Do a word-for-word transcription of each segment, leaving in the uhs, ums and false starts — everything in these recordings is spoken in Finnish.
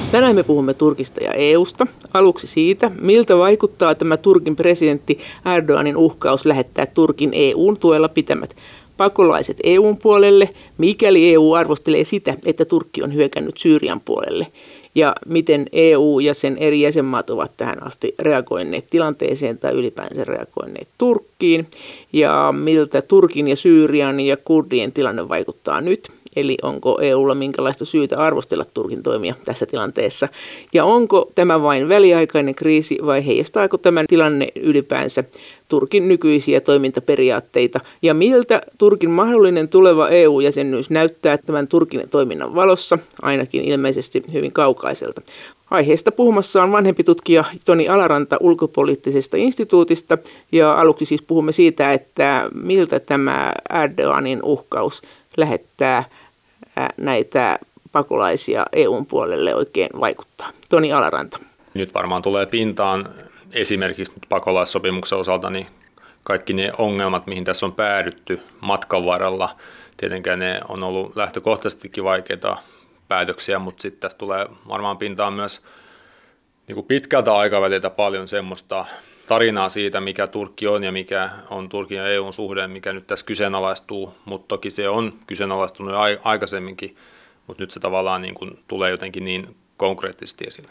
Tänään me puhumme Turkista ja E U:sta. Aluksi siitä, miltä vaikuttaa tämä Turkin presidentti Erdoganin uhkaus lähettää Turkin E U:n tuella pitämät pakolaiset E U:n puolelle, mikäli E U arvostelee sitä, että Turkki on hyökännyt Syyrian puolelle. Ja miten E U ja sen eri jäsenmaat ovat tähän asti reagoineet tilanteeseen tai ylipäänsä reagoineet Turkkiin. Ja miltä Turkin ja Syyrian ja kurdien tilanne vaikuttaa nyt. Eli onko E U:lla minkälaista syytä arvostella Turkin toimia tässä tilanteessa? Ja onko tämä vain väliaikainen kriisi vai heijastaako tämä tilanne ylipäänsä Turkin nykyisiä toimintaperiaatteita? Ja miltä Turkin mahdollinen tuleva E U-jäsenyys näyttää tämän Turkin toiminnan valossa, ainakin ilmeisesti hyvin kaukaiselta? Aiheesta puhumassa on vanhempi tutkija Toni Alaranta Ulkopoliittisesta instituutista. Ja aluksi siis puhumme siitä, että miltä tämä Erdoganin uhkaus lähettää näitä pakolaisia E U:n puolelle oikein vaikuttaa. Toni Alaranta. Nyt varmaan tulee pintaan esimerkiksi pakolaissopimuksen osalta niin kaikki ne ongelmat, mihin tässä on päädytty matkan varrella. Tietenkään ne on ollut lähtökohtaisestikin vaikeita päätöksiä, mutta sitten tässä tulee varmaan pintaan myös niin kuin pitkältä aikaväliltä paljon semmoista tarinaa siitä, mikä Turkki on ja mikä on Turkin ja E U:n suhde, mikä nyt tässä kyseenalaistuu, mutta toki se on kyseenalaistunut jo aikaisemminkin, mutta nyt se tavallaan niin kuin tulee jotenkin niin konkreettisesti esille.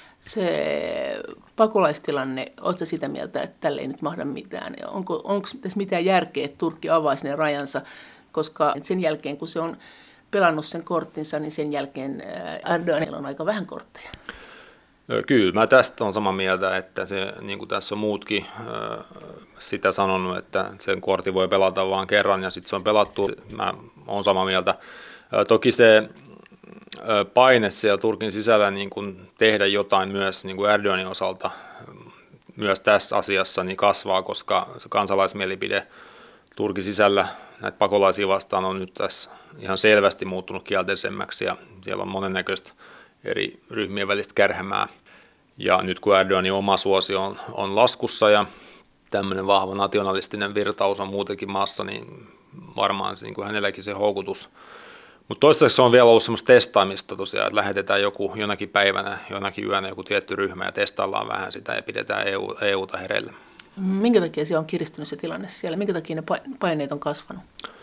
Se pakolaistilanne, oletko sitä mieltä, että tälle ei nyt mahda mitään? Onko, onko tässä mitään järkeä, että Turkki avaisi ne rajansa, koska sen jälkeen kun se on pelannut sen korttinsa, niin sen jälkeen Erdoganilla on aika vähän kortteja. Kyllä, mä tästä on samaa mieltä, että se, niin kuin tässä on muutkin sitä sanonut, että sen kortin voi pelata vain kerran ja sitten se on pelattu. Mä oon samaa mieltä. Toki se paine siellä Turkin sisällä niin kuin tehdä jotain myös niin kuin Erdoganin osalta myös tässä asiassa niin kasvaa, koska se kansalaismielipide Turkin sisällä näitä pakolaisia vastaan on nyt tässä ihan selvästi muuttunut kielteisemmäksi ja siellä on monennäköistä eri ryhmien välistä kärhämää. Ja nyt kun Erdoganin oma suosio on, on laskussa ja tämmöinen vahva nationalistinen virtaus on muutenkin maassa, niin varmaan niin kuin hänelläkin se houkutus. Mutta toistaiseksi on vielä ollut semmoista testaamista tosiaan, että lähetetään joku jonakin päivänä, jonakin yönä joku tietty ryhmä ja testaillaan vähän sitä ja pidetään E U, E U:ta hereillä. Minkä takia se on kiristynyt se tilanne siellä? Minkä takia ne paineet on kasvanut?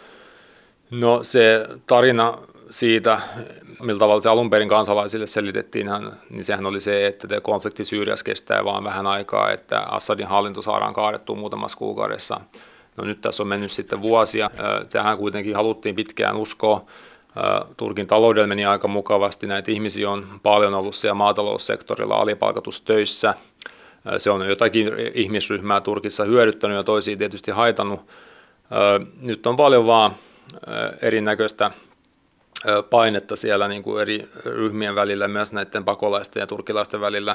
No se tarina siitä, millä tavalla se alun perin kansalaisille selitettiin, niin sehän oli se, että tämä konflikti Syyriassa kestää vain vähän aikaa, että Assadin hallinto saadaan kaadettua muutamassa kuukaudessa. No nyt tässä on mennyt sitten vuosia. Tähän kuitenkin haluttiin pitkään uskoa. Turkin taloudella meni aika mukavasti. Näitä ihmisiä on paljon ollut siellä maataloussektorilla alipalkatustöissä. Se on jotakin ihmisryhmää Turkissa hyödyttänyt ja toisia tietysti haitannut. Nyt on paljon vaan erinäköistä painetta siellä niin kuin eri ryhmien välillä, myös näiden pakolaisten ja turkilaisten välillä.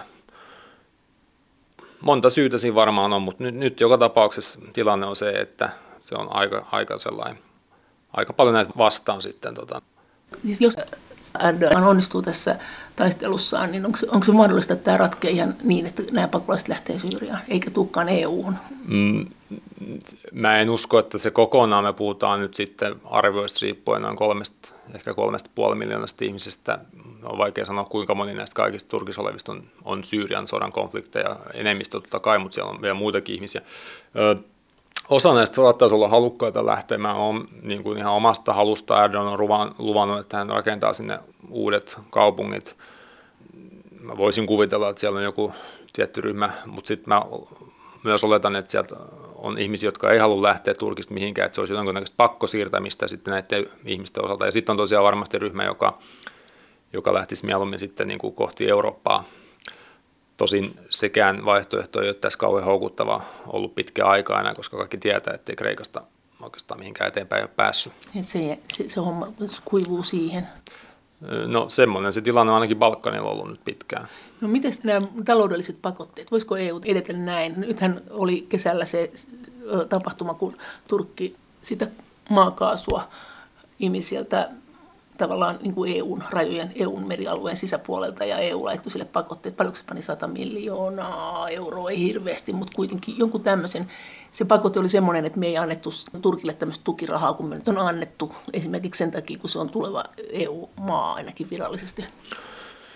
Monta syytä siinä varmaan on, mutta nyt, nyt joka tapauksessa tilanne on se, että se on aika, aika sellainen, aika paljon näitä vastaan sitten. Tota. Jos Erdogan onnistuu tässä taistelussaan, niin onko, onko se mahdollista, että tämä ratkeaa ihan niin, että nämä pakolaiset lähtee Syyriaan, eikä tulekaan E U:hun? Mm, mä en usko, että se kokonaan, me puhutaan nyt sitten arvioista riippuen noin kolmesta, ehkä kolmesta puoli miljoonasta ihmisestä. On vaikea sanoa, kuinka moni näistä kaikista Turkissa olevista on, on Syyrian sodan konflikteja, enemmistö totta kai, mutta siellä on vielä muitakin ihmisiä. Ö, Osa näistä saattaisi olla halukkaita lähtemään on, niin kuin ihan omasta halusta. Erdogan on luvannut, että hän rakentaa sinne uudet kaupungit. Mä voisin kuvitella, että siellä on joku tietty ryhmä, mutta sitten mä myös oletan, että sieltä on ihmisiä, jotka ei halua lähteä Turkista mihinkään, että se olisi jonkinlaista pakkosiirtämistä sitten näiden ihmisten osalta. Ja sitten on tosiaan varmasti ryhmä, joka, joka lähtisi mieluummin sitten niin kuin kohti Eurooppaa. Tosin sekään vaihtoehto ei ole tässä kauhean houkuttava ollut pitkään aikaa enää, koska kaikki tietää, ettei Kreikasta oikeastaan mihinkään eteenpäin ole päässyt. Se, se, se homma kuivuu siihen. No semmoinen se tilanne on ainakin Balkanilla ollut nyt pitkään. No miten nämä taloudelliset pakotteet, voisiko E U edetä näin? Nythän oli kesällä se tapahtuma, kun Turkki sitä maakaasua imi sieltä tavallaan niin kuin E U:n rajojen, E U:n merialueen sisäpuolelta ja E U laittoi sille pakotteet. Paljonko se pani sata miljoonaa euroa, ei hirveästi, mutta kuitenkin jonkun tämmöisen. Se pakote oli semmoinen, että me ei annettu Turkille tämmöistä tukirahaa, kun me nyt on annettu esimerkiksi sen takia, kun se on tuleva E U-maa ainakin virallisesti.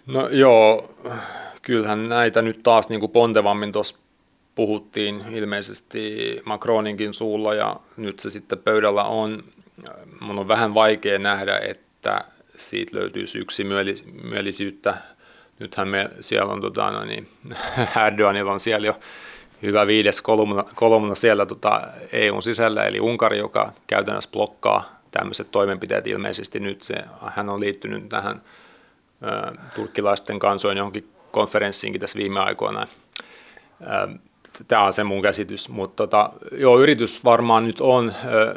No joo, kyllähän näitä nyt taas niin kuin pontevammin tuossa puhuttiin ilmeisesti Macroninkin suulla ja nyt se sitten pöydällä on. Mun on vähän vaikea nähdä, että siitä löytyisi yksimielisyyttä. Nythän me siellä on, tota, no niin, Erdoganilla on siellä jo hyvä viides kolumna, kolumna siellä tota, E U:n sisällä, eli Unkari, joka käytännössä blokkaa tämmöiset toimenpiteet ilmeisesti nyt. Se, hän on liittynyt tähän ä, turkkilaisten kansojen johonkin konferenssiinkin tässä viime aikoina. Ä, Tämä on se mun käsitys, mutta tota, joo, yritys varmaan nyt on.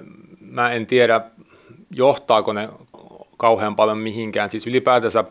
Mä en tiedä, johtaako ne kauhean paljon mihinkään. Siis ylipäätänsä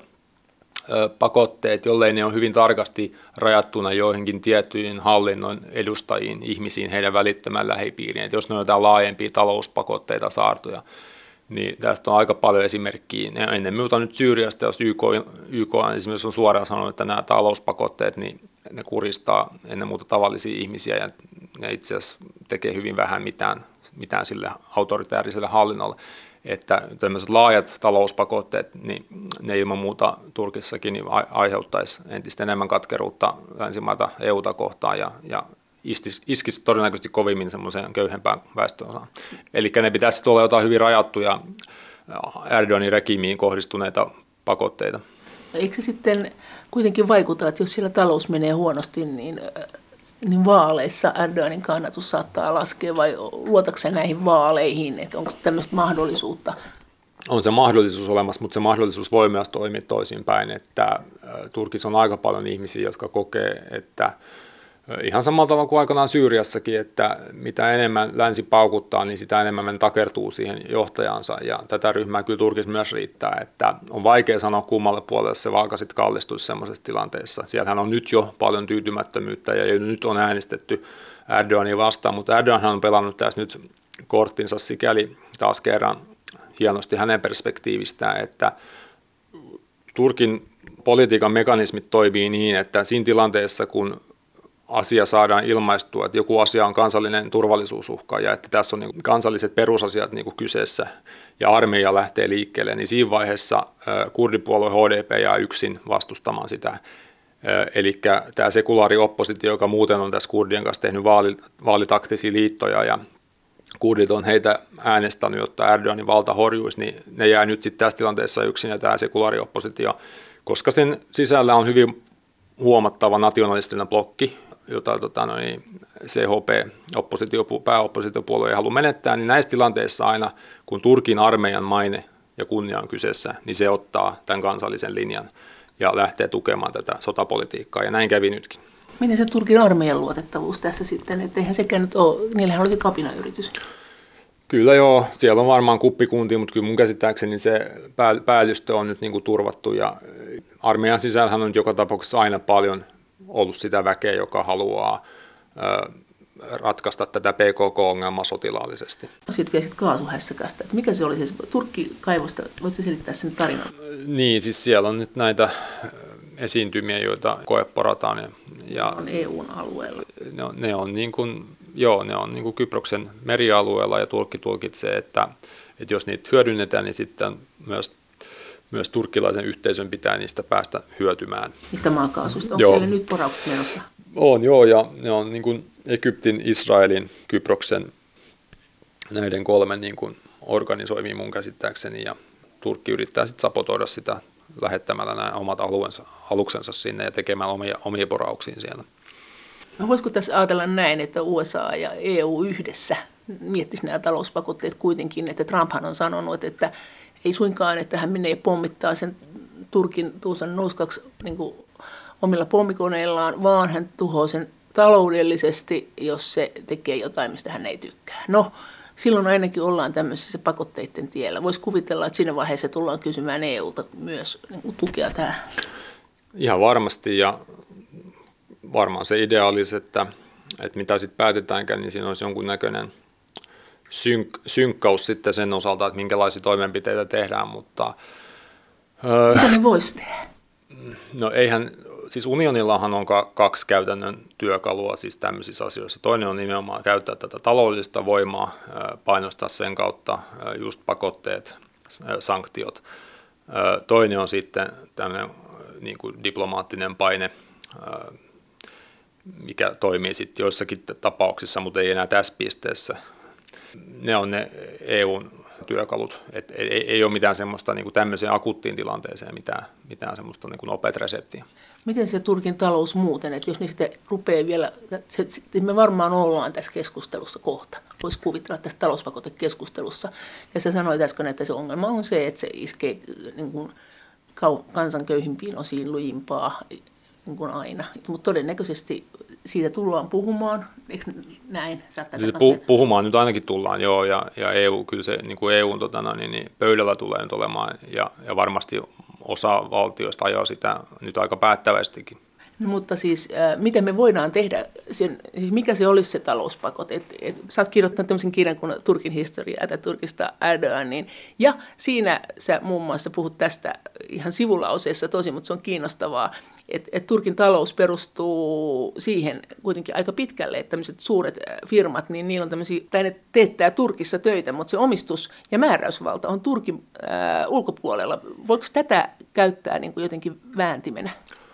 pakotteet, jollei ne on hyvin tarkasti rajattuna joihinkin tiettyihin hallinnon edustajiin, ihmisiin, heidän välittömän lähipiiriin. Et jos ne on jotain laajempia talouspakotteita, saartoja, niin tästä on aika paljon esimerkkiä. Ennen muuta nyt Syyriasta, jos Y K, Y K on esimerkiksi on suoraan sanonut, että nämä talouspakotteet, niin ne kuristaa ennen muuta tavallisia ihmisiä ja ne itse asiassa tekee hyvin vähän mitään, mitään sille autoritääriselle hallinnolle. Että tämmöiset laajat talouspakotteet, niin ne ilman muuta Turkissakin niin aiheuttaisi entistä enemmän katkeruutta länsimaita E U:ta kohtaan ja, ja iskisi, iskisi todennäköisesti kovimmin semmoiseen köyhempään väestönosaan. Eli ne pitäisi olla jotain hyvin rajattuja Erdoganin regiimiin kohdistuneita pakotteita. Eikö se sitten kuitenkin vaikuta, että jos siellä talous menee huonosti, niin, niin vaaleissa Erdoganin kannatus saattaa laskea, vai luotatko sä näihin vaaleihin, että onko tämmöistä mahdollisuutta? On se mahdollisuus olemassa, mutta se mahdollisuus voi myös toimia toisinpäin, että Turkissa on aika paljon ihmisiä, jotka kokee, että ihan samalla tavalla kuin aikanaan Syyriassakin, että mitä enemmän länsi paukuttaa, niin sitä enemmän men takertuu siihen johtajansa. Ja tätä ryhmää kyllä Turkissa myös riittää, että on vaikea sanoa kummalle puolelle se vaaka sitten kallistuisi semmoisessa tilanteessa. Siellähän on nyt jo paljon tyytymättömyyttä ja nyt on äänestetty Erdogania vastaan, mutta Erdoganhan on pelannut tässä nyt korttinsa sikäli taas kerran hienosti hänen perspektiivistään, että Turkin politiikan mekanismit toimii niin, että siinä tilanteessa, kun asia saadaan ilmaistua, että joku asia on kansallinen turvallisuusuhka ja että tässä on niin kansalliset perusasiat niin kyseessä ja armeija lähtee liikkeelle, niin siinä vaiheessa kurdipuolue H D P jää yksin vastustamaan sitä. Eli tämä sekulaari oppositio, joka muuten on tässä kurdien kanssa tehnyt vaalitaktisia liittoja ja kurdit on heitä äänestänyt, jotta Erdoganin valta horjuisi, niin ne jää nyt sitten tässä tilanteessa yksin ja tämä sekulaari oppositio, koska sen sisällä on hyvin huomattava nationalistinen blokki, jota tota, no niin, C H P, oppositio, pääoppositiopuolue ei halua menettää, niin näissä tilanteissa aina, kun Turkin armeijan maine ja kunnia on kyseessä, niin se ottaa tämän kansallisen linjan ja lähtee tukemaan tätä sotapolitiikkaa, ja näin kävi nytkin. Miten se Turkin armeijan luotettavuus tässä sitten, että eihän sekään nyt ole, niillähän olisi kapinayritys. Kyllä joo, siellä on varmaan kuppikuntia, mutta kyllä mun käsittääkseni se päällystö on nyt niin kuin turvattu, ja armeijan sisällähän on joka tapauksessa aina paljon ollut sitä väkeä, joka haluaa ö, ratkaista tätä P K K-ongelmaa sotilaallisesti. Sitten vielä kaasuhässäkästä. Että mikä se oli se Turkki-kaivosta? Voitko selittää sen tarinan? Niin, siis siellä on nyt näitä esiintymiä, joita koeporataan. Ja, ja on E U:n alueella. Ne on, ne on niin kuin, joo, ne on niin kuin Kyproksen merialueella ja Turkki tulkitsee, että, että jos niitä hyödynnetään, niin sitten myös Myös turkkilaisen yhteisön pitää niistä päästä hyötymään. Niistä maakaasuista? Onko joo. siellä nyt poraukset menossa? On, joo, ja ne on niin kuin Egyptin, Israelin, Kyproksen, näiden kolmen niin kuin organisoimia mun käsittääkseni, ja Turkki yrittää sitten sabotoida sitä lähettämällä nämä omat alueensa, aluksensa sinne ja tekemään omia, omia porauksiin siellä. No voisiko tässä ajatella näin, että U S A ja E U yhdessä miettisi nämä talouspakotteet kuitenkin, että Trumphan on sanonut, että ei suinkaan, että hän menee pommittaa sen Turkin tuusan nuuskaksi niin kuin omilla pommikoneillaan, vaan hän tuhoaa sen taloudellisesti, jos se tekee jotain, mistä hän ei tykkää. No, silloin ainakin ollaan tämmöisessä pakotteiden tiellä. Voisi kuvitella, että siinä vaiheessa tullaan kysymään E U:lta myös niin kuin tukea tähän. Ihan varmasti, ja varmaan se idea olisi, että, että mitä sitten päätetäänkään, niin siinä olisi jonkunnäköinen Synk, synkkaus sitten sen osalta, että minkälaisia toimenpiteitä tehdään, mutta mitä ne voisi tehdä? No eihän, siis unionillahan on kaksi käytännön työkalua siis tämmöisissä asioissa. Toinen on nimenomaan käyttää tätä taloudellista voimaa, painostaa sen kautta just pakotteet, sanktiot. Toinen on sitten tämmöinen niin kuin diplomaattinen paine, mikä toimii sitten joissakin tapauksissa, mutta ei enää tässä pisteessä. Ne on ne E U:n työkalut. Et ei, ei ole mitään semmoista niin kuin tämmöiseen akuuttiin tilanteeseen mitään, mitään semmoista niin kuin nopeat reseptiä. Miten se Turkin talous muuten, että jos niin sitten rupeaa vielä, se, me varmaan ollaan tässä keskustelussa kohta, voisi kuvitella tässä talouspakotekeskustelussa, ja sä sanoit äsken, että se ongelma on se, että se iskee niin kuin kansan köyhimpiin osiin lujimpaa niin kuin aina, mutta todennäköisesti siitä tullaan puhumaan, eikö näin? Siis pu- puhumaan nyt ainakin tullaan, joo, ja, ja E U, kyllä se niin kuin E U:n totana, niin, niin pöydällä tulee nyt olemaan, ja, ja varmasti osa valtioista ajaa sitä nyt aika päättävästikin. No, mutta siis äh, miten me voidaan tehdä, sen, siis mikä se olisi se talouspakote? Et, et, sä oot kirjoittanut tämmöisen kirjan kuin Turkin historia ja Turkista Erdoganiin, ja siinä sä muun muassa puhut tästä ihan sivulauseessa tosi, mutta se on kiinnostavaa, että et Turkin talous perustuu siihen kuitenkin aika pitkälle, että tämmöiset suuret firmat, niin niillä on tämmöisiä, tai ne teettää Turkissa töitä, mutta se omistus ja määräysvalta on Turkin äh, ulkopuolella. Voiko tätä käyttää niin kuin jotenkin vääntimenä?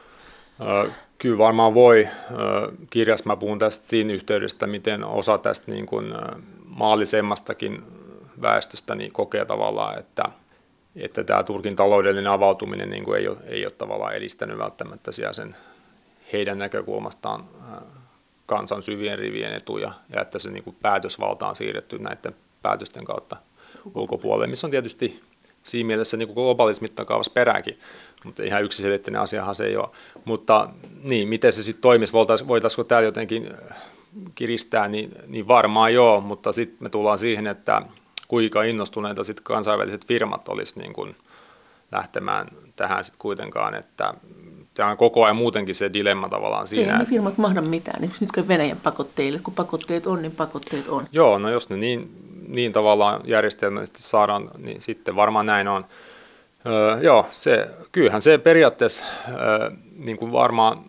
Kyllä varmaan voi. Kirjassa mä puhun tästä siinä yhteydestä, miten osa tästä niin kuin maallisemmastakin väestöstä niin kokee tavallaan, että, että tämä Turkin taloudellinen avautuminen niin kuin ei, ole, ei ole tavallaan edistänyt välttämättä siellä sen heidän näkökulmastaan kansan syvien rivien etuja, ja että se niin kuin päätösvalta on siirretty näiden päätösten kautta ulkopuolelle, missä on tietysti siinä mielessä niin kuin globaalissa mittakaavassa perääkin. Mutta ihan yksiselitteinen asiahan se ei ole. Mutta niin, miten se sitten toimisi, voitaisiinko täällä jotenkin kiristää, niin, niin varmaan joo, mutta sitten me tullaan siihen, että kuinka innostuneita sitten kansainväliset firmat olisi niin kuin lähtemään tähän sitten kuitenkaan, että tämä on koko ajan muutenkin se dilemma tavallaan siinä. Eihän ne firmat mahda mitään, niin nyt Venäjän pakotteille, kun pakotteet on, niin pakotteet on. Joo, no jos ne niin, niin tavallaan järjestelmällisesti saadaan, niin sitten varmaan näin on. Öö, joo, se, kyllähän se periaatteessa öö, niin kuin varmaan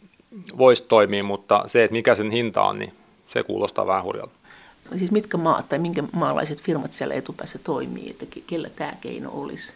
voisi toimia, mutta se, että mikä sen hinta on, niin se kuulostaa vähän hurjalta. Siis mitkä maat tai minkä maalaiset firmat siellä etupäässä toimii, että kellä tämä keino olisi?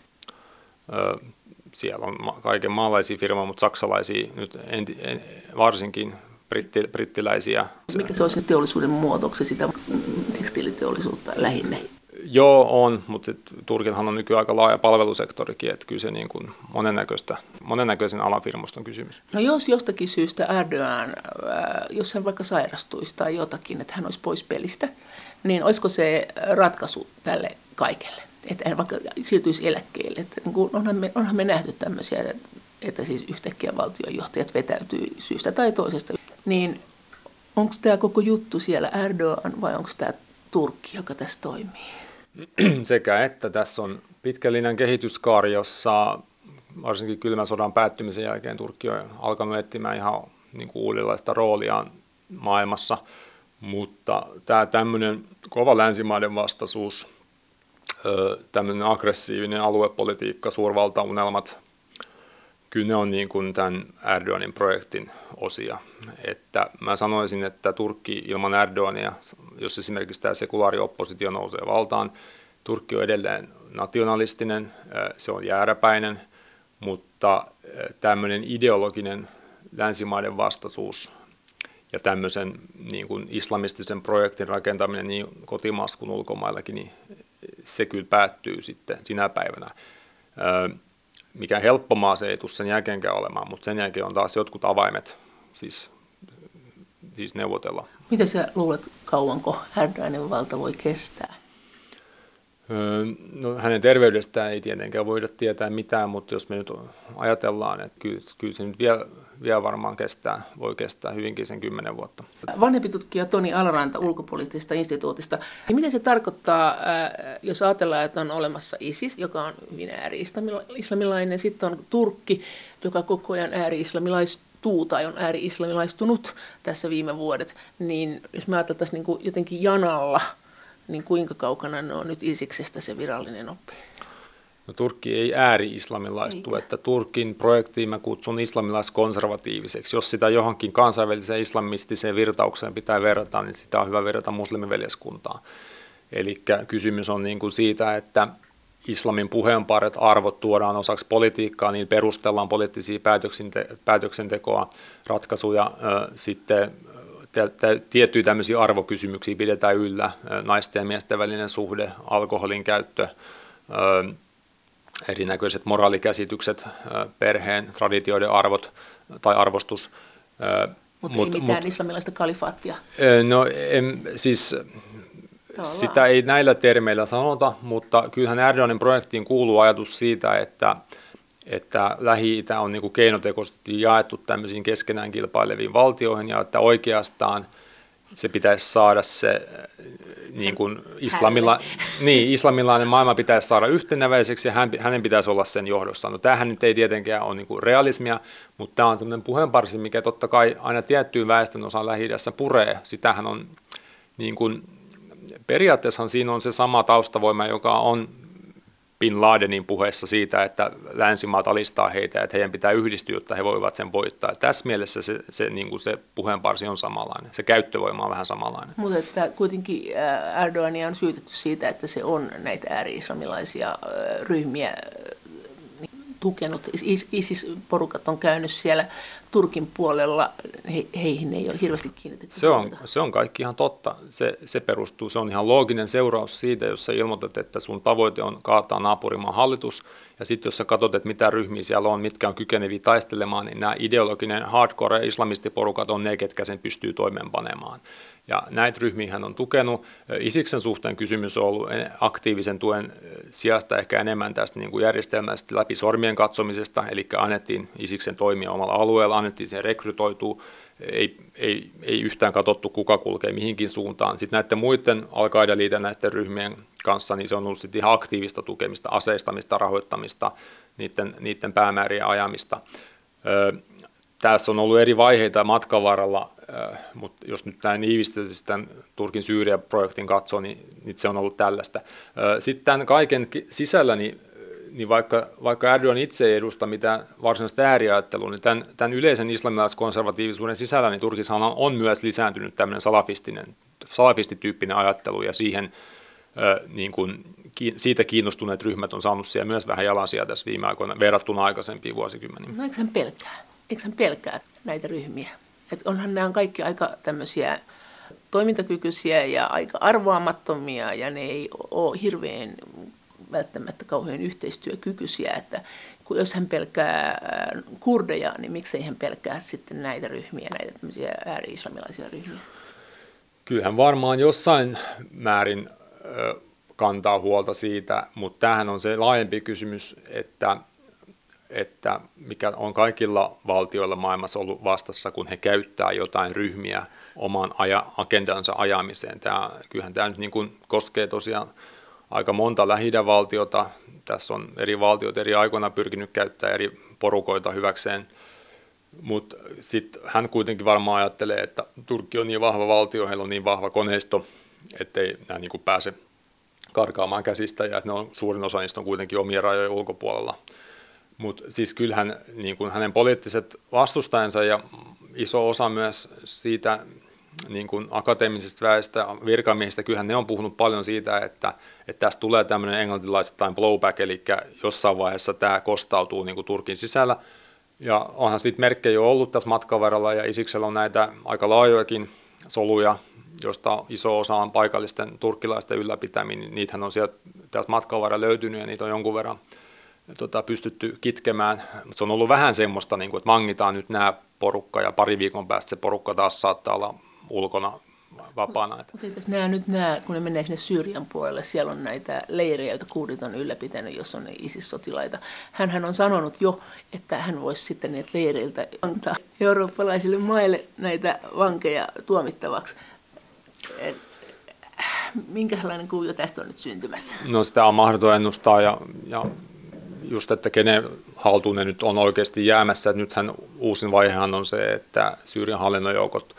Öö, siellä on kaiken maalaisia firmoja, mutta saksalaisia nyt enti, en, varsinkin britti, brittiläisiä. Mikä se on se teollisuuden muoto, onko se sitä tekstiiliteollisuutta lähinnä? Joo, on, mutta Turkinhan on nykyään aika laaja palvelusektorikin, että kyllä se niin kuin monennäköistä, monennäköisen alan firmasta on kysymys. No jos jostakin syystä Erdogan, jos hän vaikka sairastuisi tai jotakin, että hän olisi pois pelistä, niin olisiko se ratkaisu tälle kaikelle? Että hän vaikka siirtyisi eläkkeelle. Että niin kuin onhan, me, onhan me nähty tämmöisiä, että, että siis yhtäkkiä valtionjohtajat vetäytyy syystä tai toisesta. Niin onko tämä koko juttu siellä Erdogan vai onko tämä Turkki, joka tässä toimii? Sekä että tässä on pitkällinen kehityskaari, jossa varsinkin kylmän sodan päättymisen jälkeen Turkki on alkanut etsimään ihan niin kuin uudenlaista rooliaan maailmassa, mutta tämä tämmöinen kova länsimaiden vastaisuus, tämmöinen aggressiivinen aluepolitiikka, suurvaltaunelmat, kyllä ne on niin kuin tämän Erdoganin projektin osia. Että mä sanoisin, että Turkki ilman Erdogania, jos esimerkiksi tämä sekulaari oppositio nousee valtaan, Turkki on edelleen nationalistinen, se on jääräpäinen, mutta tämmöinen ideologinen länsimaiden vastaisuus ja tämmöisen niin kuin islamistisen projektin rakentaminen niin kotimaassa kuin ulkomaillakin, niin se kyllä päättyy sitten sinä päivänä. Mikä helppo maa se ei tule sen jälkeenkään olemaan, mutta sen jälkeen on taas jotkut avaimet siis, siis neuvotella. Mitä sä luulet, kauanko Erdoganin valta voi kestää? No, hänen terveydestään ei tietenkään voida tietää mitään, mutta jos me nyt ajatellaan, että kyllä, kyllä se nyt vielä, vielä varmaan kestää, voi kestää hyvinkin sen kymmenen vuotta. Vanhempi tutkija Toni Alaranta ulkopoliittisesta instituutista. Niin miten se tarkoittaa, jos ajatellaan, että on olemassa ISIS, joka on hyvin ääri-islamilainen, sitten on Turkki, joka koko ajan ääri-islamilaistuu tai on ääri-islamilaistunut tässä viime vuodet, niin jos me ajateltaisiin niin kuin jotenkin janalla, niin kuinka kaukana ne on nyt Isiksestä se virallinen oppi? No, Turkki ei ääri-islamilaistu, Eikä. Että Turkin projektiin mä kutsun islamilais-konservatiiviseksi. Jos sitä johonkin kansainväliseen islamistiseen virtaukseen pitää verrata, niin sitä on hyvä verrata muslimiveljeskuntaan. Eli kysymys on niin kuin siitä, että islamin puheenparret, arvot tuodaan osaksi politiikkaa, niin perustellaan poliittisia päätöksente- päätöksentekoa, ratkaisuja, sitten tiettyjä tämmöisiä arvokysymyksiä pidetään yllä, naisten ja miesten välinen suhde, alkoholin käyttö, erinäköiset moraalikäsitykset, perheen, traditioiden arvot tai arvostus. Mutta mut, ei mitään mut, islamilaista kalifaattia. No en, siis tavallaan. Sitä ei näillä termeillä sanota, mutta kyllähän Erdoganin projektiin kuuluu ajatus siitä, että, että Lähi-Itä on niin kuin keinotekoisesti jaettu tämmöisiin keskenään kilpaileviin valtioihin ja että oikeastaan se pitäisi saada se niin kuin islamila, niin, islamilainen maailma pitäisi saada yhteneväiseksi ja hän, hänen pitäisi olla sen johdossa. No tämähän nyt ei tietenkään ole niin kuin realismia, mutta tämä on sellainen puheenparsi, mikä totta kai aina tiettyyn väestön osaan Lähi-idässä puree. Sitähän on niin kuin, periaatteessahan siinä on se sama taustavoima, joka on Bin Ladenin puheessa siitä, että länsimaat alistaa heitä, että heidän pitää yhdistyä, jotta he voivat sen voittaa. Tässä mielessä se, se, niin kuin se puheenparsi on samanlainen, se käyttövoima on vähän samanlainen. Mutta että kuitenkin Erdogania on syytetty siitä, että se on näitä ääri-islamilaisia ryhmiä tukenut. ISIS-porukat on käynyt siellä Turkin puolella, he, heihin ei ole hirveästi kiinnitetty. Se on, se on kaikki ihan totta. Se, se perustuu, se on ihan looginen seuraus siitä, jos sä ilmoitat, että sun tavoite on kaataa naapurimaan hallitus, ja sitten jos sä katsot, että mitä ryhmiä siellä on, mitkä on kykeneviä taistelemaan, niin nämä ideologinen hardcore islamistiporukat on ne, ketkä sen pystyy toimeenpanemaan. Ja näitä ryhmiä hän on tukenut. Isiksen suhteen kysymys on ollut aktiivisen tuen sijasta ehkä enemmän tästä niin kuin järjestelmästä läpi sormien katsomisesta, eli annettiin Isiksen toimia omalla alueella, annettiin sen rekrytoitua, ei, ei, ei yhtään katsottu, kuka kulkee mihinkin suuntaan. Sitten näiden muiden Al-Qaida-liitännäisten ryhmien kanssa niin se on ollut sitten ihan aktiivista tukemista, aseistamista, rahoittamista, niiden, niiden päämäärien ajamista. Tässä on ollut eri vaiheita matkan varrella, mutta jos nyt näin niivistetysti tämän Turkin Syyria-projektin katsoo, niin, niin se on ollut tällaista. Sitten tämän kaiken sisällä, niin, niin vaikka, vaikka Erdogan itse ei edusta mitään varsinaista ääriajattelua, niin tämän, tämän yleisen islamilaiskonservatiivisuuden sisällä niin Turkissa on, on myös lisääntynyt tämmöinen salafistinen, salafistityyppinen ajattelu, ja siihen, niin kuin, siitä kiinnostuneet ryhmät on saanut siellä myös vähän jalansia tässä viime aikoina verrattuna aikaisempiin vuosikymmeniin. No eikö hän pelkää? Eikö hän pelkää näitä ryhmiä? Et onhan nämä on kaikki aika tämmöisiä toimintakykyisiä ja aika arvaamattomia, ja ne ei ole hirveän välttämättä kauhean yhteistyökykyisiä, että jos hän pelkää kurdeja, niin miksei hän pelkää sitten näitä ryhmiä, näitä tämmöisiä ääri-islamilaisia ryhmiä? Kyllähän varmaan jossain määrin kantaa huolta siitä, mutta tämähän on se laajempi kysymys, että että mikä on kaikilla valtioilla maailmassa ollut vastassa, kun he käyttää jotain ryhmiä oman aja, agendansa ajamiseen. Tämä, kyllähän tämä nyt niin kuin koskee tosiaan aika monta Lähi-idän valtiota. Tässä on eri valtiot eri aikoina pyrkinyt käyttämään eri porukoita hyväkseen, mutta sitten hän kuitenkin varmaan ajattelee, että Turkki on niin vahva valtio, heillä on niin vahva koneisto, ettei nämä niin kuin pääse karkaamaan käsistä, ja että ne on, suurin osa niistä on kuitenkin omien rajojen ulkopuolella. Mutta siis kyllähän niin kuin hänen poliittiset vastustajansa ja iso osa myös siitä niin kuin akateemisesta väestä, virkamiehistä, kyllähän ne on puhunut paljon siitä, että, että tästä tulee tämmöinen englantilaisittain blowback, eli jossain vaiheessa tämä kostautuu niin kuin Turkin sisällä. Ja onhan sitten merkkejä jo ollut tässä matkan varrella, ja Isiksellä on näitä aika laajojakin soluja, josta iso osa on paikallisten turkkilaisten ylläpitämiä, niin niitähän on sieltä täältä matkan varrella löytynyt, ja niitä on jonkun verran Tota, pystytty kitkemään, mutta se on ollut vähän semmoista, niin kuin, että mangitaan nyt nämä porukka ja pari viikon päästä se porukka taas saattaa olla ulkona vapaana. Mutta entäs nämä nyt nämä, kun ne menee sinne Syyrian puolelle, siellä on näitä leirejä, joita kurdit on ylläpitänyt, jos on ne ISIS-sotilaita. Hänhän on sanonut jo, että hän voisi sitten näitä leireiltä antaa eurooppalaisille maille näitä vankeja tuomittavaksi. Et, minkälainen kuvio tästä on nyt syntymässä? No sitä on mahdoton ennustaa ja, ja just, että kenen haltuun ne nyt on oikeasti jäämässä. Että nythän uusin vaihehan on se, että Syyrian hallinnon joukot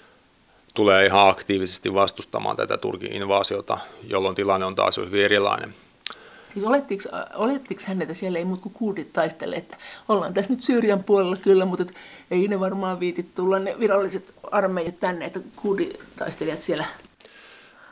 tulee ihan aktiivisesti vastustamaan tätä Turkin invaasiota, jolloin tilanne on taas jo hyvin erilainen. Siis olettiko, olettiko hän, että siellä ei muut kuin kurdit taistele, että ollaan tässä nyt Syyrian puolella kyllä, mutta ei ne varmaan viitit tulla ne viralliset armeijat tänne, että kurditaistelijat siellä?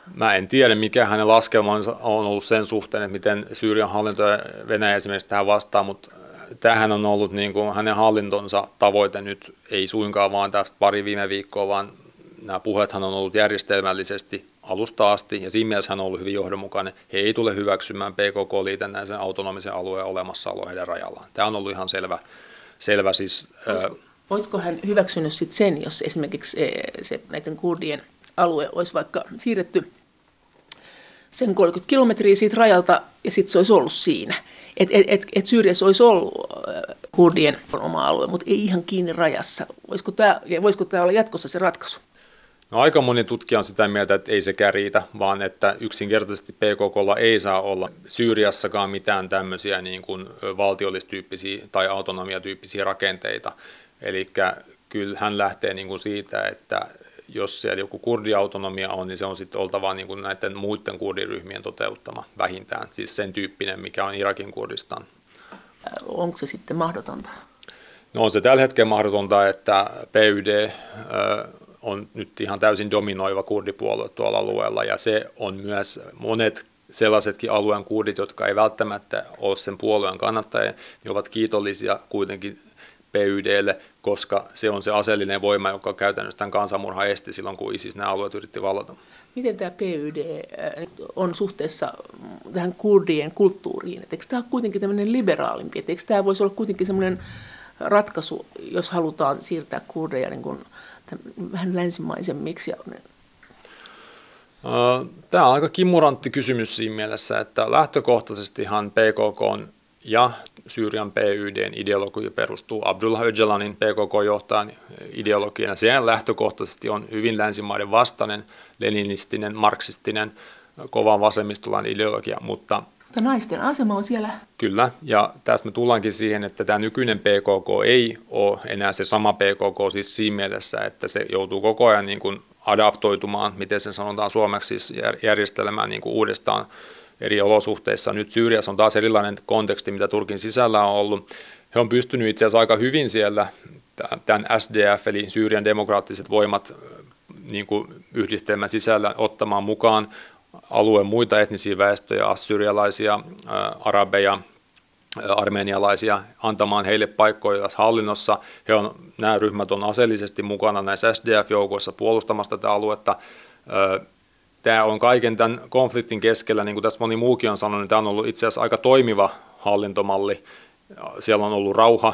Mä en tiedä, mikä hänen laskelmansa on ollut sen suhteen, että miten Syyrian hallinto ja Venäjä esimerkiksi tähän vastaa, mutta tämähän on ollut niin kuin hänen hallintonsa tavoite nyt, ei suinkaan vaan tässä pari viime viikkoa, vaan nämä puheethan on ollut järjestelmällisesti alusta asti, ja siinä mielessä hän on ollut hyvin johdonmukainen. He ei tule hyväksymään P K K-liitännäisen autonomisen alueen olemassaoloa heidän rajallaan. Tämä on ollut ihan selvä, selvä siis. Olisiko, olisiko hän hyväksynyt sit sen, jos esimerkiksi se, näiden kurdien alue olisi vaikka siirretty sen kolmekymmentä kilometriä siitä rajalta, ja sitten se olisi ollut siinä. Että et, et, et Syyriassa olisi ollut kurdien oma alue, mutta ei ihan kiinni rajassa. Voisiko tämä, voisiko tämä olla jatkossa se ratkaisu? No, aika moni tutkija on sitä mieltä, että ei sekään riitä, vaan että yksinkertaisesti P K K:lla ei saa olla Syyriassakaan mitään tämmöisiä niin kuin valtiollis-tyyppisiä tai autonomiatyyppisiä rakenteita. Eli kyllä hän lähtee niin kuin siitä, että jos siellä joku kurdiautonomia on, niin se on sitten oltava niin kuin näiden muiden kurdiryhmien toteuttama vähintään. Siis sen tyyppinen, mikä on Irakin Kurdistan. Onko se sitten mahdotonta? No, on se tällä hetkellä mahdotonta, että P Y D on nyt ihan täysin dominoiva kurdipuolue tuolla alueella, ja se on myös monet sellaisetkin alueen kurdit, jotka ei välttämättä ole sen puolueen kannattajia, niin ovat kiitollisia kuitenkin P Y D:lle, koska se on se aseellinen voima, joka käytännössä tämän kansanmurhan esti silloin, kun ISIS nämä alueet yritti vallata. Miten tämä P Y D on suhteessa tähän kurdien kulttuuriin? Et eikö tämä ole kuitenkin tämmöinen liberaalimpi? Et eikö tämä voisi olla kuitenkin semmoinen ratkaisu, jos halutaan siirtää kurdeja niin kuin vähän länsimaisemmiksi? Tämä on aika kimurantti kysymys siinä mielessä, että lähtökohtaisestihan P K K ja Syyrian P Y D:n ideologia perustuu Abdullah Öcalanin P K K-johtajan ideologiaan. Se lähtökohtaisesti on hyvin länsimaiden vastainen, leninistinen, marksistinen, kovan vasemmistolainen ideologia, mutta Mutta naisten asema on siellä. Kyllä, ja tästä me tullaankin siihen, että tämä nykyinen P K K ei ole enää se sama P K K siis siinä mielessä, että se joutuu koko ajan niin kuin adaptoitumaan, miten sen sanotaan suomeksi, siis järjestelemään niin kuin uudestaan eri olosuhteissa. Nyt Syyriassa on taas erilainen konteksti, mitä Turkin sisällä on ollut. He on pystynyt itse asiassa aika hyvin siellä tämän S D F, eli Syyrian demokraattiset voimat, niin kuin yhdistelmän sisällä ottamaan mukaan alueen muita etnisiä väestöjä, assyrialaisia, arabeja, armenialaisia, antamaan heille paikkoja tässä hallinnossa. He on, nämä ryhmät on aseellisesti mukana näissä S D F-joukoissa puolustamassa tätä aluetta. Tämä on kaiken tämän konfliktin keskellä, niin kuin tässä moni muukin on sanonut, niin tämä on ollut itse asiassa aika toimiva hallintomalli. Siellä on ollut rauha,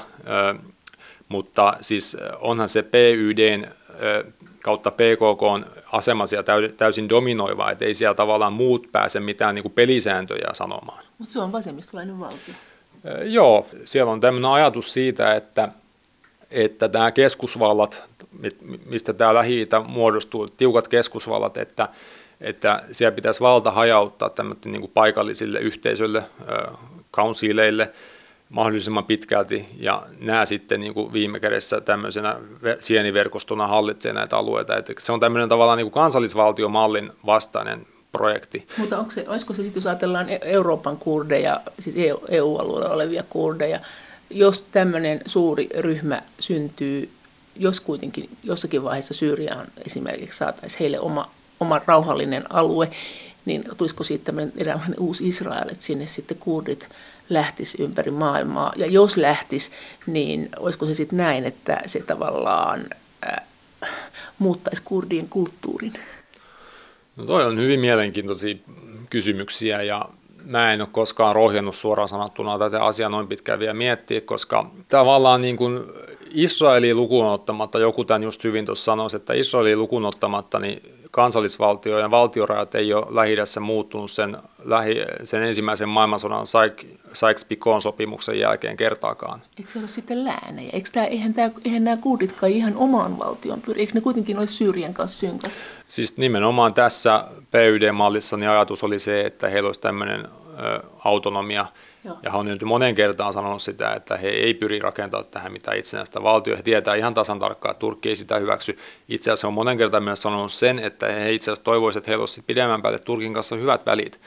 mutta siis onhan se P Y D:n kautta P K K:n asema siellä täysin dominoiva, että ei siellä tavallaan muut pääse mitään niin kuin pelisääntöjä sanomaan. Mutta se on vasemmistolainen valtio. Joo, siellä on tämmöinen ajatus siitä, että, että nämä keskusvallat, mistä tämä Lähi-itä muodostuu, tiukat keskusvallat, että, että siellä pitäisi valta hajauttaa tämmöinen niin kuin paikallisille yhteisöille, councileille mahdollisimman pitkälti, ja nämä sitten niin kuin viime kädessä tämmöisenä sieniverkostona hallitsee näitä alueita. Että se on tämmöinen tavallaan niin kuin kansallisvaltiomallin vastainen projekti. Mutta onko se, olisiko se sitten, jos ajatellaan Euroopan kurdeja, siis E U-alueella olevia kurdeja, jos tämmöinen suuri ryhmä syntyy, jos kuitenkin jossakin vaiheessa Syyriaan esimerkiksi saataisiin heille oma, oma rauhallinen alue, niin tulisiko siitä tämmöinen eräänlainen uusi Israel, että sinne sitten kurdit lähtisi ympäri maailmaa. Ja jos lähtisi, niin olisiko se sitten näin, että se tavallaan äh, muuttaisi kurdien kulttuurin? No toi on hyvin mielenkiintoisia kysymyksiä, ja mä en ole koskaan rohjennut suoraan sanottuna tätä asiaa noin pitkään vielä miettiä, koska tavallaan niin kuin Israelia lukuun ottamatta, joku tämän just hyvin tuossa sanoisi, että Israelia lukuun ottamatta, niin kansallisvaltio ja valtiorajat ei ole Lähi-idässä muuttunut sen, lähi, sen ensimmäisen maailmansodan Sykes-Picot sopimuksen jälkeen kertaakaan. Eikö se ole sitten läänejä? Eikö tämä, eihän, tämä, eihän nämä kurditkaan ihan omaan valtion pyri? Eikö ne kuitenkin ole Syyrian kanssa synkässä? Siis nimenomaan tässä P Y D-mallissa niin ajatus oli se, että heillä olisi tämmöinen ö, autonomia. Joo. Ja he on nyt monen kertaan sanonut sitä, että he ei pyri rakentamaan tähän mitään itsenäistä valtioa. He tietää ihan tasan tarkkaan, että Turkki ei sitä hyväksy. Itse asiassa he on monen kertaan myös sanonut sen, että he itse asiassa toivoisivat, että heillä olisi pidemmän päälle Turkin kanssa hyvät välit.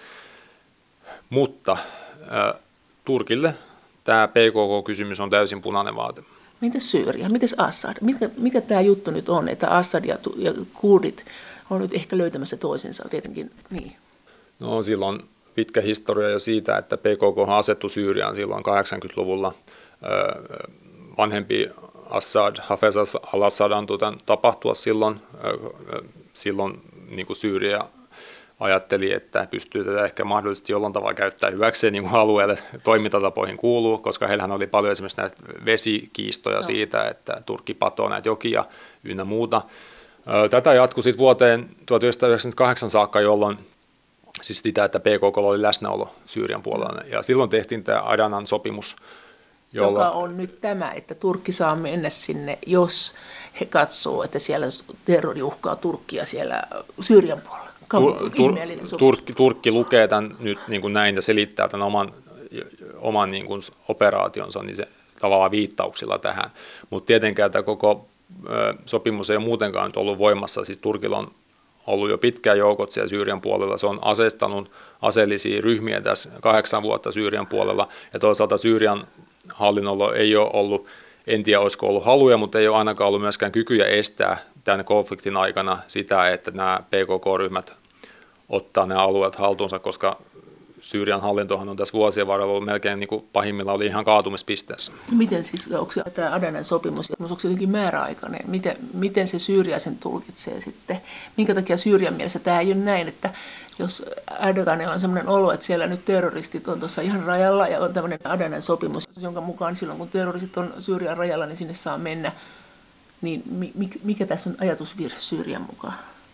Mutta äh, Turkille tämä P K K-kysymys on täysin punainen vaate. Mitäs Syyria? Mitäs Assad? Mikä, mikä tämä juttu nyt on, että Assad ja, ja kurdit on nyt ehkä löytämässä toisensa tietenkin. Niin. No silloin pitkä historia jo siitä, että P K K asettui Syyriaan silloin kahdeksankymmentäluvulla. Vanhempi Assad, Hafez al-Assad antoi tämän tapahtua silloin. Silloin niin kuin Syyria ajatteli, että pystyy tätä ehkä mahdollisesti jollain tavalla käyttää hyväkseen, niin kuin alueelle toimintatapoihin kuuluu, koska heillähän oli paljon esimerkiksi näitä vesikiistoja no. siitä, että Turkki patoo näitä jokia ynnä muuta. Tätä jatkui sitten vuoteen tuhatyhdeksänsataayhdeksänkymmentäkahdeksan saakka, jolloin siis sitä, että P K K oli läsnäolo Syyrian puolella. Ja silloin tehtiin tämä Adanan sopimus, jolla... joka on nyt tämä, että Turkki saa mennä sinne, jos he katsoo, että siellä terrori uhkaa Turkkia siellä Syyrian puolella. Tur- tur- Turkki, Turkki lukee tämän nyt niin kuin näin ja selittää tämän oman, oman niin kuin operaationsa niin se, tavallaan viittauksilla tähän. Mutta tietenkään tämä koko ö, sopimus ei ole muutenkaan nyt ollut voimassa. Siis Turkilla on ollut jo pitkään joukot siellä Syyrian puolella. Se on aseistanut aseellisia ryhmiä tässä kahdeksan vuotta Syyrian puolella. Ja toisaalta Syyrian hallinnolla ei ole ollut, en tiedä olisiko ollut haluja, mutta ei ole ainakaan ollut myöskään kykyjä estää tämän konfliktin aikana sitä, että nämä P K K-ryhmät ottaa nämä alueet haltuunsa, koska Syyrian hallintohan on tässä vuosien varrella ollut melkein niin kuin pahimmillaan oli ihan kaatumispisteessä. Miten siis, onko se tämä Adanan sopimus, onko se jotenkin määräaikainen? Miten, miten se Syyria sen tulkitsee sitten? Minkä takia Syyrian mielessä tämä ei ole näin, että jos Erdoganilla on sellainen olo, että siellä nyt terroristit on tuossa ihan rajalla ja on tämmöinen Adanan sopimus, jonka mukaan silloin kun terroristit on Syyrian rajalla, niin sinne saa mennä. Niin mikä tässä on ajatusvirhe Syyrian mukaan?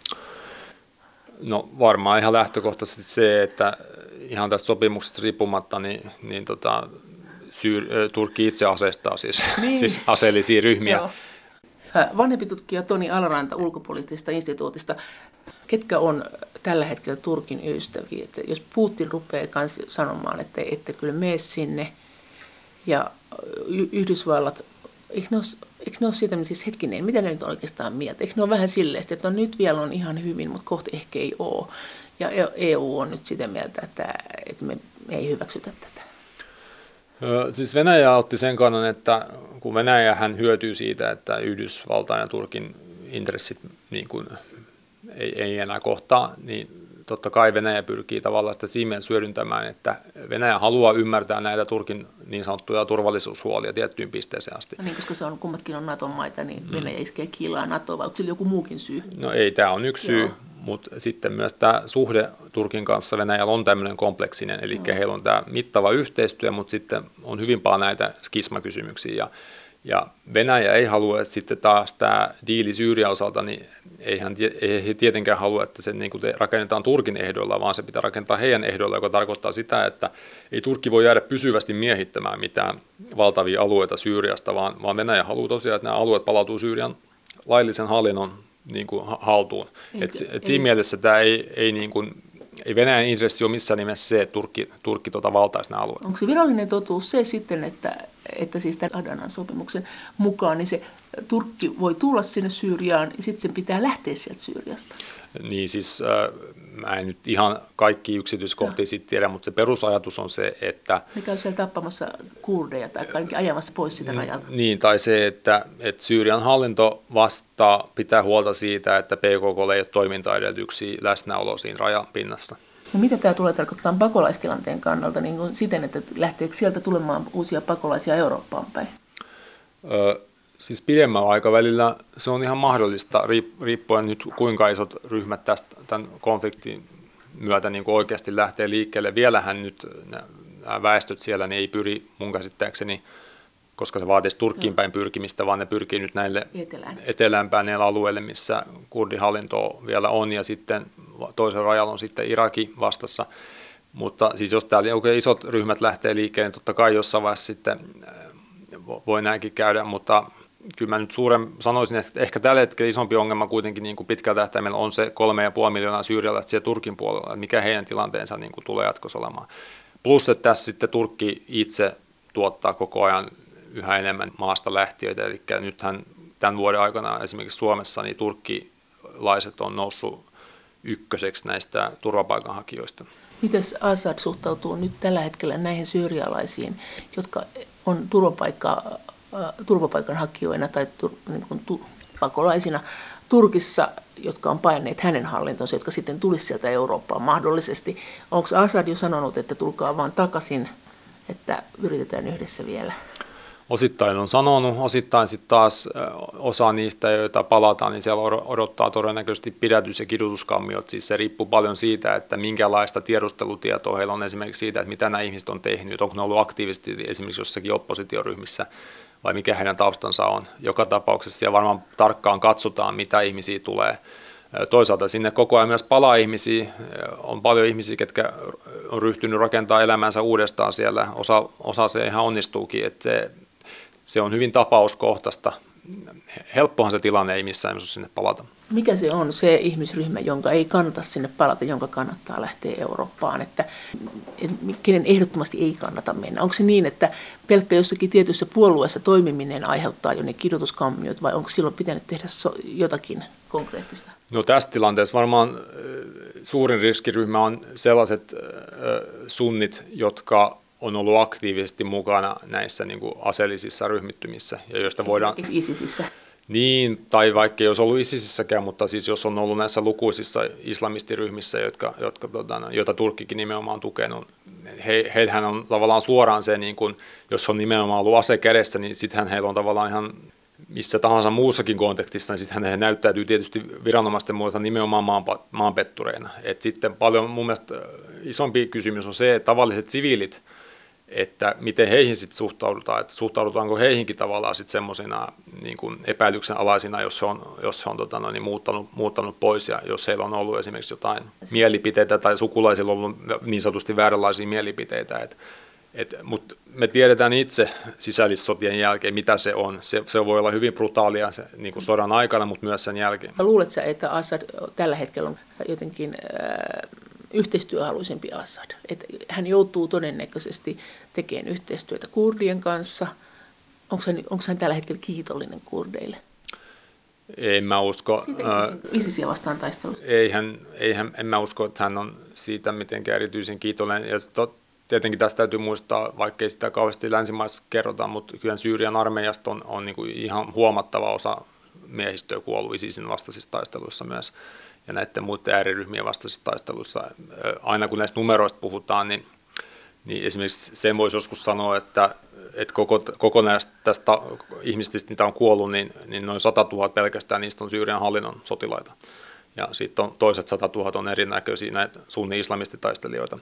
No varmaan ihan lähtökohtaisesti se, että ihan tästä sopimuksesta riippumatta, niin, niin tota, Syy- Turkki itse aseistaa siis, niin. siis aseellisia ryhmiä. Joo. Vanhempi tutkija Toni Alaranta ulkopoliittisesta instituutista. Ketkä on tällä hetkellä Turkin ystäviä? Että jos Putin rupeaa kans sanomaan, että ette kyllä mene sinne ja Yhdysvallat, eikö ne ole, eikö ne ole siitä, siis hetkinen, mitä ne nyt oikeastaan mieltä? Eikö ne ole vähän silleen, että no nyt vielä on ihan hyvin, mutta kohta ehkä ei ole. Ja E U on nyt sitä mieltä, että, että me ei hyväksytä tätä. Siis Venäjä otti sen kannan, että kun Venäjähän hyötyy siitä, että Yhdysvaltain ja Turkin intressit niin kuin ei, ei enää kohtaa, niin totta kai Venäjä pyrkii tavallaan sitä siinä mielessä hyödyntämään, että Venäjä haluaa ymmärtää näitä Turkin niin sanottuja turvallisuushuolia tiettyyn pisteeseen asti. No niin, koska se on, kummatkin on Naton maita, niin Venäjä iskee kiilaa NATOa, vai onko sillä joku muukin syy? No ei, tämä on yksi syy. Joo. Mutta sitten myös tämä suhde Turkin kanssa Venäjällä on tämmöinen kompleksinen, eli mm. heillä on tämä mittava yhteistyö, mutta sitten on hyvin paljon näitä skismakysymyksiä. Ja, ja Venäjä ei halua, että sitten taas tämä diili Syyrian osalta, niin eihän, ei he tietenkään halua, että se niin kuin rakennetaan Turkin ehdoilla, vaan se pitää rakentaa heidän ehdoilla, joka tarkoittaa sitä, että ei Turkki voi jäädä pysyvästi miehittämään mitään valtavia alueita Syyriasta, vaan, vaan Venäjä haluaa tosiaan, että nämä alueet palautuu Syyrian laillisen hallinnon niin kuin haltuun. Et, et siinä mielessä tämä ei, ei, niin kuin, ei Venäjän intressi ole missään nimessä se, että Turkki, Turkki tota valtaisi nämä alueet. Onko se virallinen totuus se sitten, että, että siis tämän Adanan sopimuksen mukaan niin se Turkki voi tulla sinne Syyriaan ja sitten sen pitää lähteä sieltä Syyriasta? Niin siis äh, mä en nyt ihan kaikki yksityiskohtia siitä tiedä, mutta se perusajatus on se, että... Ne käy siellä tappamassa kurdeja tai ainakin ajamassa pois sitä rajalta. Niin, tai se, että, että Syyrian hallinto vastaa pitää huolta siitä, että P K K ei ole toimintaedellytyksiä läsnäolo siinä rajan pinnassa. No mitä tämä tulee tarkoittaa pakolaistilanteen kannalta niin kuin siten, että lähteekö sieltä tulemaan uusia pakolaisia Eurooppaan päin? Öö, Siis pidemmällä aikavälillä se on ihan mahdollista, riippuen nyt kuinka isot ryhmät tästä, tämän konfliktin myötä niin kuin oikeasti lähtee liikkeelle. Vielähän nyt nämä väestöt siellä niin ei pyri mun käsittääkseni, koska se vaatisi Turkkiin päin pyrkimistä, vaan ne pyrkii nyt näille Etelään. eteläänpäin näille alueille, missä kurdihallinto vielä on, ja sitten toisella rajalla on sitten Iraki vastassa. Mutta siis jos täällä oikein isot ryhmät lähtee liikkeelle, niin totta kai jossain vaiheessa sitten voi näinkin käydä, mutta kyllä mä nyt suuren sanoisin, että ehkä tällä hetkellä isompi ongelma kuitenkin niin kuin pitkällä tähtäimellä on se kolme ja puoli miljoonaa syyrialaista siellä Turkin puolella, että mikä heidän tilanteensa niin kuin tulee jatkossa olemaan. Plus, että tässä sitten Turkki itse tuottaa koko ajan yhä enemmän maasta lähtiöitä, eli nythän tämän vuoden aikana esimerkiksi Suomessa niin turkkilaiset on noussut ykköseksi näistä turvapaikanhakijoista. Miten Assad suhtautuu nyt tällä hetkellä näihin syyrialaisiin, jotka on turvapaikkaa turvapaikanhakijoina tai tur, niin kuin, tu, pakolaisina Turkissa, jotka on paineet hänen hallintonsa, jotka sitten tulisi sieltä Eurooppaan mahdollisesti. Onko Assad jo sanonut, että tulkaa vaan takaisin, että yritetään yhdessä vielä? Osittain on sanonut, osittain sitten taas osa niistä, joita palataan, niin siellä odottaa todennäköisesti pidätys- ja kidutuskammiot. Siis se riippuu paljon siitä, että minkälaista tiedustelutietoa heillä on esimerkiksi siitä, että mitä nämä ihmiset on tehnyt, onko ne ollut aktiivisesti esimerkiksi jossakin oppositioryhmissä vai mikä heidän taustansa on. Joka tapauksessa siellä varmaan tarkkaan katsotaan, mitä ihmisiä tulee. Toisaalta sinne koko ajan myös palaa ihmisiä. On paljon ihmisiä, ketkä on ryhtynyt rakentamaan elämänsä uudestaan siellä. Osa, osa se ihan onnistuukin, että se, se on hyvin tapauskohtaista. Helppohan se tilanne ei missään nimessä sinne palata. Mikä se on se ihmisryhmä, jonka ei kannata sinne palata, jonka kannattaa lähteä Eurooppaan? Että, kenen ehdottomasti ei kannata mennä? Onko se niin, että pelkkä jossakin tietyssä puolueessa toimiminen aiheuttaa jo ne kidutuskammiot, vai onko silloin pitänyt tehdä so- jotakin konkreettista? No tässä tilanteessa varmaan suurin riskiryhmä on sellaiset sunnit, jotka on ollut aktiivisesti mukana näissä niin kuin aseellisissa ryhmittymissä. Ja joista voidaan, ISISissä. Niin, tai vaikka ei olisi ollut ISISissäkään, mutta siis jos on ollut näissä lukuisissa islamistiryhmissä, jotka, jotka, joita Turkkikin nimenomaan on tukenut, he, heillähän on tavallaan suoraan se, niin kuin, jos on nimenomaan ollut ase kädessä, niin sittenhän heillä on tavallaan ihan missä tahansa muussakin kontekstissa, niin sittenhän he näyttäytyy tietysti viranomaisten muodossa nimenomaan maanpa, maanpettureina. Et sitten paljon mun mielestä isompi kysymys on se, että tavalliset siviilit, että miten heihin sitten suhtaudutaan, että suhtaudutaanko heihinkin tavallaan sitten semmoisina niin kuin epäilyksen alaisina, jos se on, jos se on tota, no, niin muuttanut, muuttanut pois ja jos heillä on ollut esimerkiksi jotain mielipiteitä tai sukulaisilla on ollut niin sanotusti vääränlaisia mielipiteitä. Et, et, mutta me tiedetään itse sisällissotien jälkeen, mitä se on. Se, se voi olla hyvin brutaalia se, niin kuin sodan aikana, mutta myös sen jälkeen. Luuletko, että Assad tällä hetkellä on jotenkin Äh, yhteistyöhaluisempi Assad. Että hän joutuu todennäköisesti tekemään yhteistyötä kurdien kanssa. Onko hän, onko hän tällä hetkellä kiitollinen kurdeille? En mä usko. Siitä ISISiä vastaan taistelussa. Eihän, eihän, en mä usko, että hän on siitä mitenkään erityisen kiitollinen. Ja tot, tietenkin tästä täytyy muistaa, vaikkei sitä kauheasti länsimaissa kerrotaan, mutta kyllä Syyrian armeijasta on, on niin kuin ihan huomattava osa miehistöä kuollut ISISin vastaisissa taisteluissa myös. Ja näiden muiden ääriryhmien vastaisissa taisteluissa. Aina kun näistä numeroista puhutaan, niin, niin esimerkiksi sen voisi joskus sanoa, että, että koko, koko näistä tästä ihmistä, mitä on kuollut, niin, niin noin sata tuhatta pelkästään niistä on Syyrian hallinnon sotilaita. Ja sitten on toiset sata tuhatta on erinäköisiä näitä sunni-islamistitaistelijoita.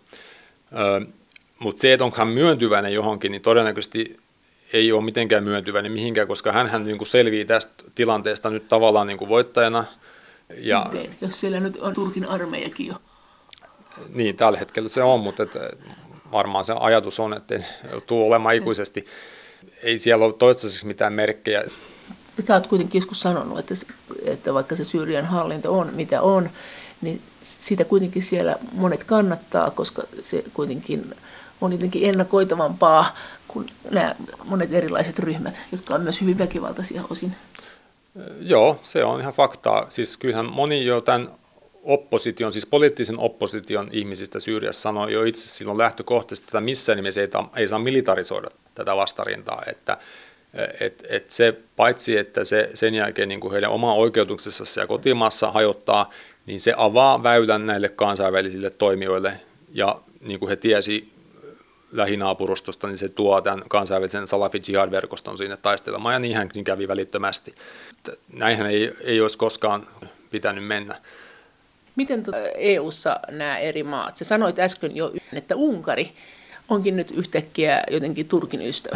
Mutta se, että onko hän myöntyväinen johonkin, niin todennäköisesti ei ole mitenkään myöntyväinen mihinkään, koska hänhän niin kuin selvii tästä tilanteesta nyt tavallaan niin kuin voittajana. Ja, Miten? Jos siellä nyt on Turkin armeijakin jo. Niin, tällä hetkellä se on, mutta et, varmaan se ajatus on, että ei tule olemaan ikuisesti. Ei siellä ole toistaiseksi mitään merkkejä. Sä oot kuitenkin joskus sanonut, että, että vaikka se Syyrian hallinto on mitä on, niin sitä kuitenkin siellä monet kannattaa, koska se kuitenkin on jotenkin ennakoitavampaa kuin nämä monet erilaiset ryhmät, jotka on myös hyvin väkivaltaisia osin. Joo, se on ihan faktaa. Siis kyllähän moni jo tämän opposition, siis poliittisen opposition ihmisistä Syyriassa sanoi jo itse silloin lähtökohtaisesti, että missään nimessä ei, ei saa militarisoida tätä vastarintaa. Että et, et se, paitsi että se sen jälkeen niin kuin heidän oma oikeutuksessa ja kotimaassa hajottaa, niin se avaa väylän näille kansainvälisille toimijoille. Ja niin kuin he tiesi lähinaapurustosta, niin se tuo tämän kansainvälisen Salafi-jihad-verkoston sinne taistelemaan, ja niin hän kävi välittömästi. Näinhän ei, ei olisi koskaan pitänyt mennä. Miten E U:ssa nämä eri maat? Sä sanoit äsken jo, että Unkari onkin nyt yhtäkkiä jotenkin Turkin ystävä.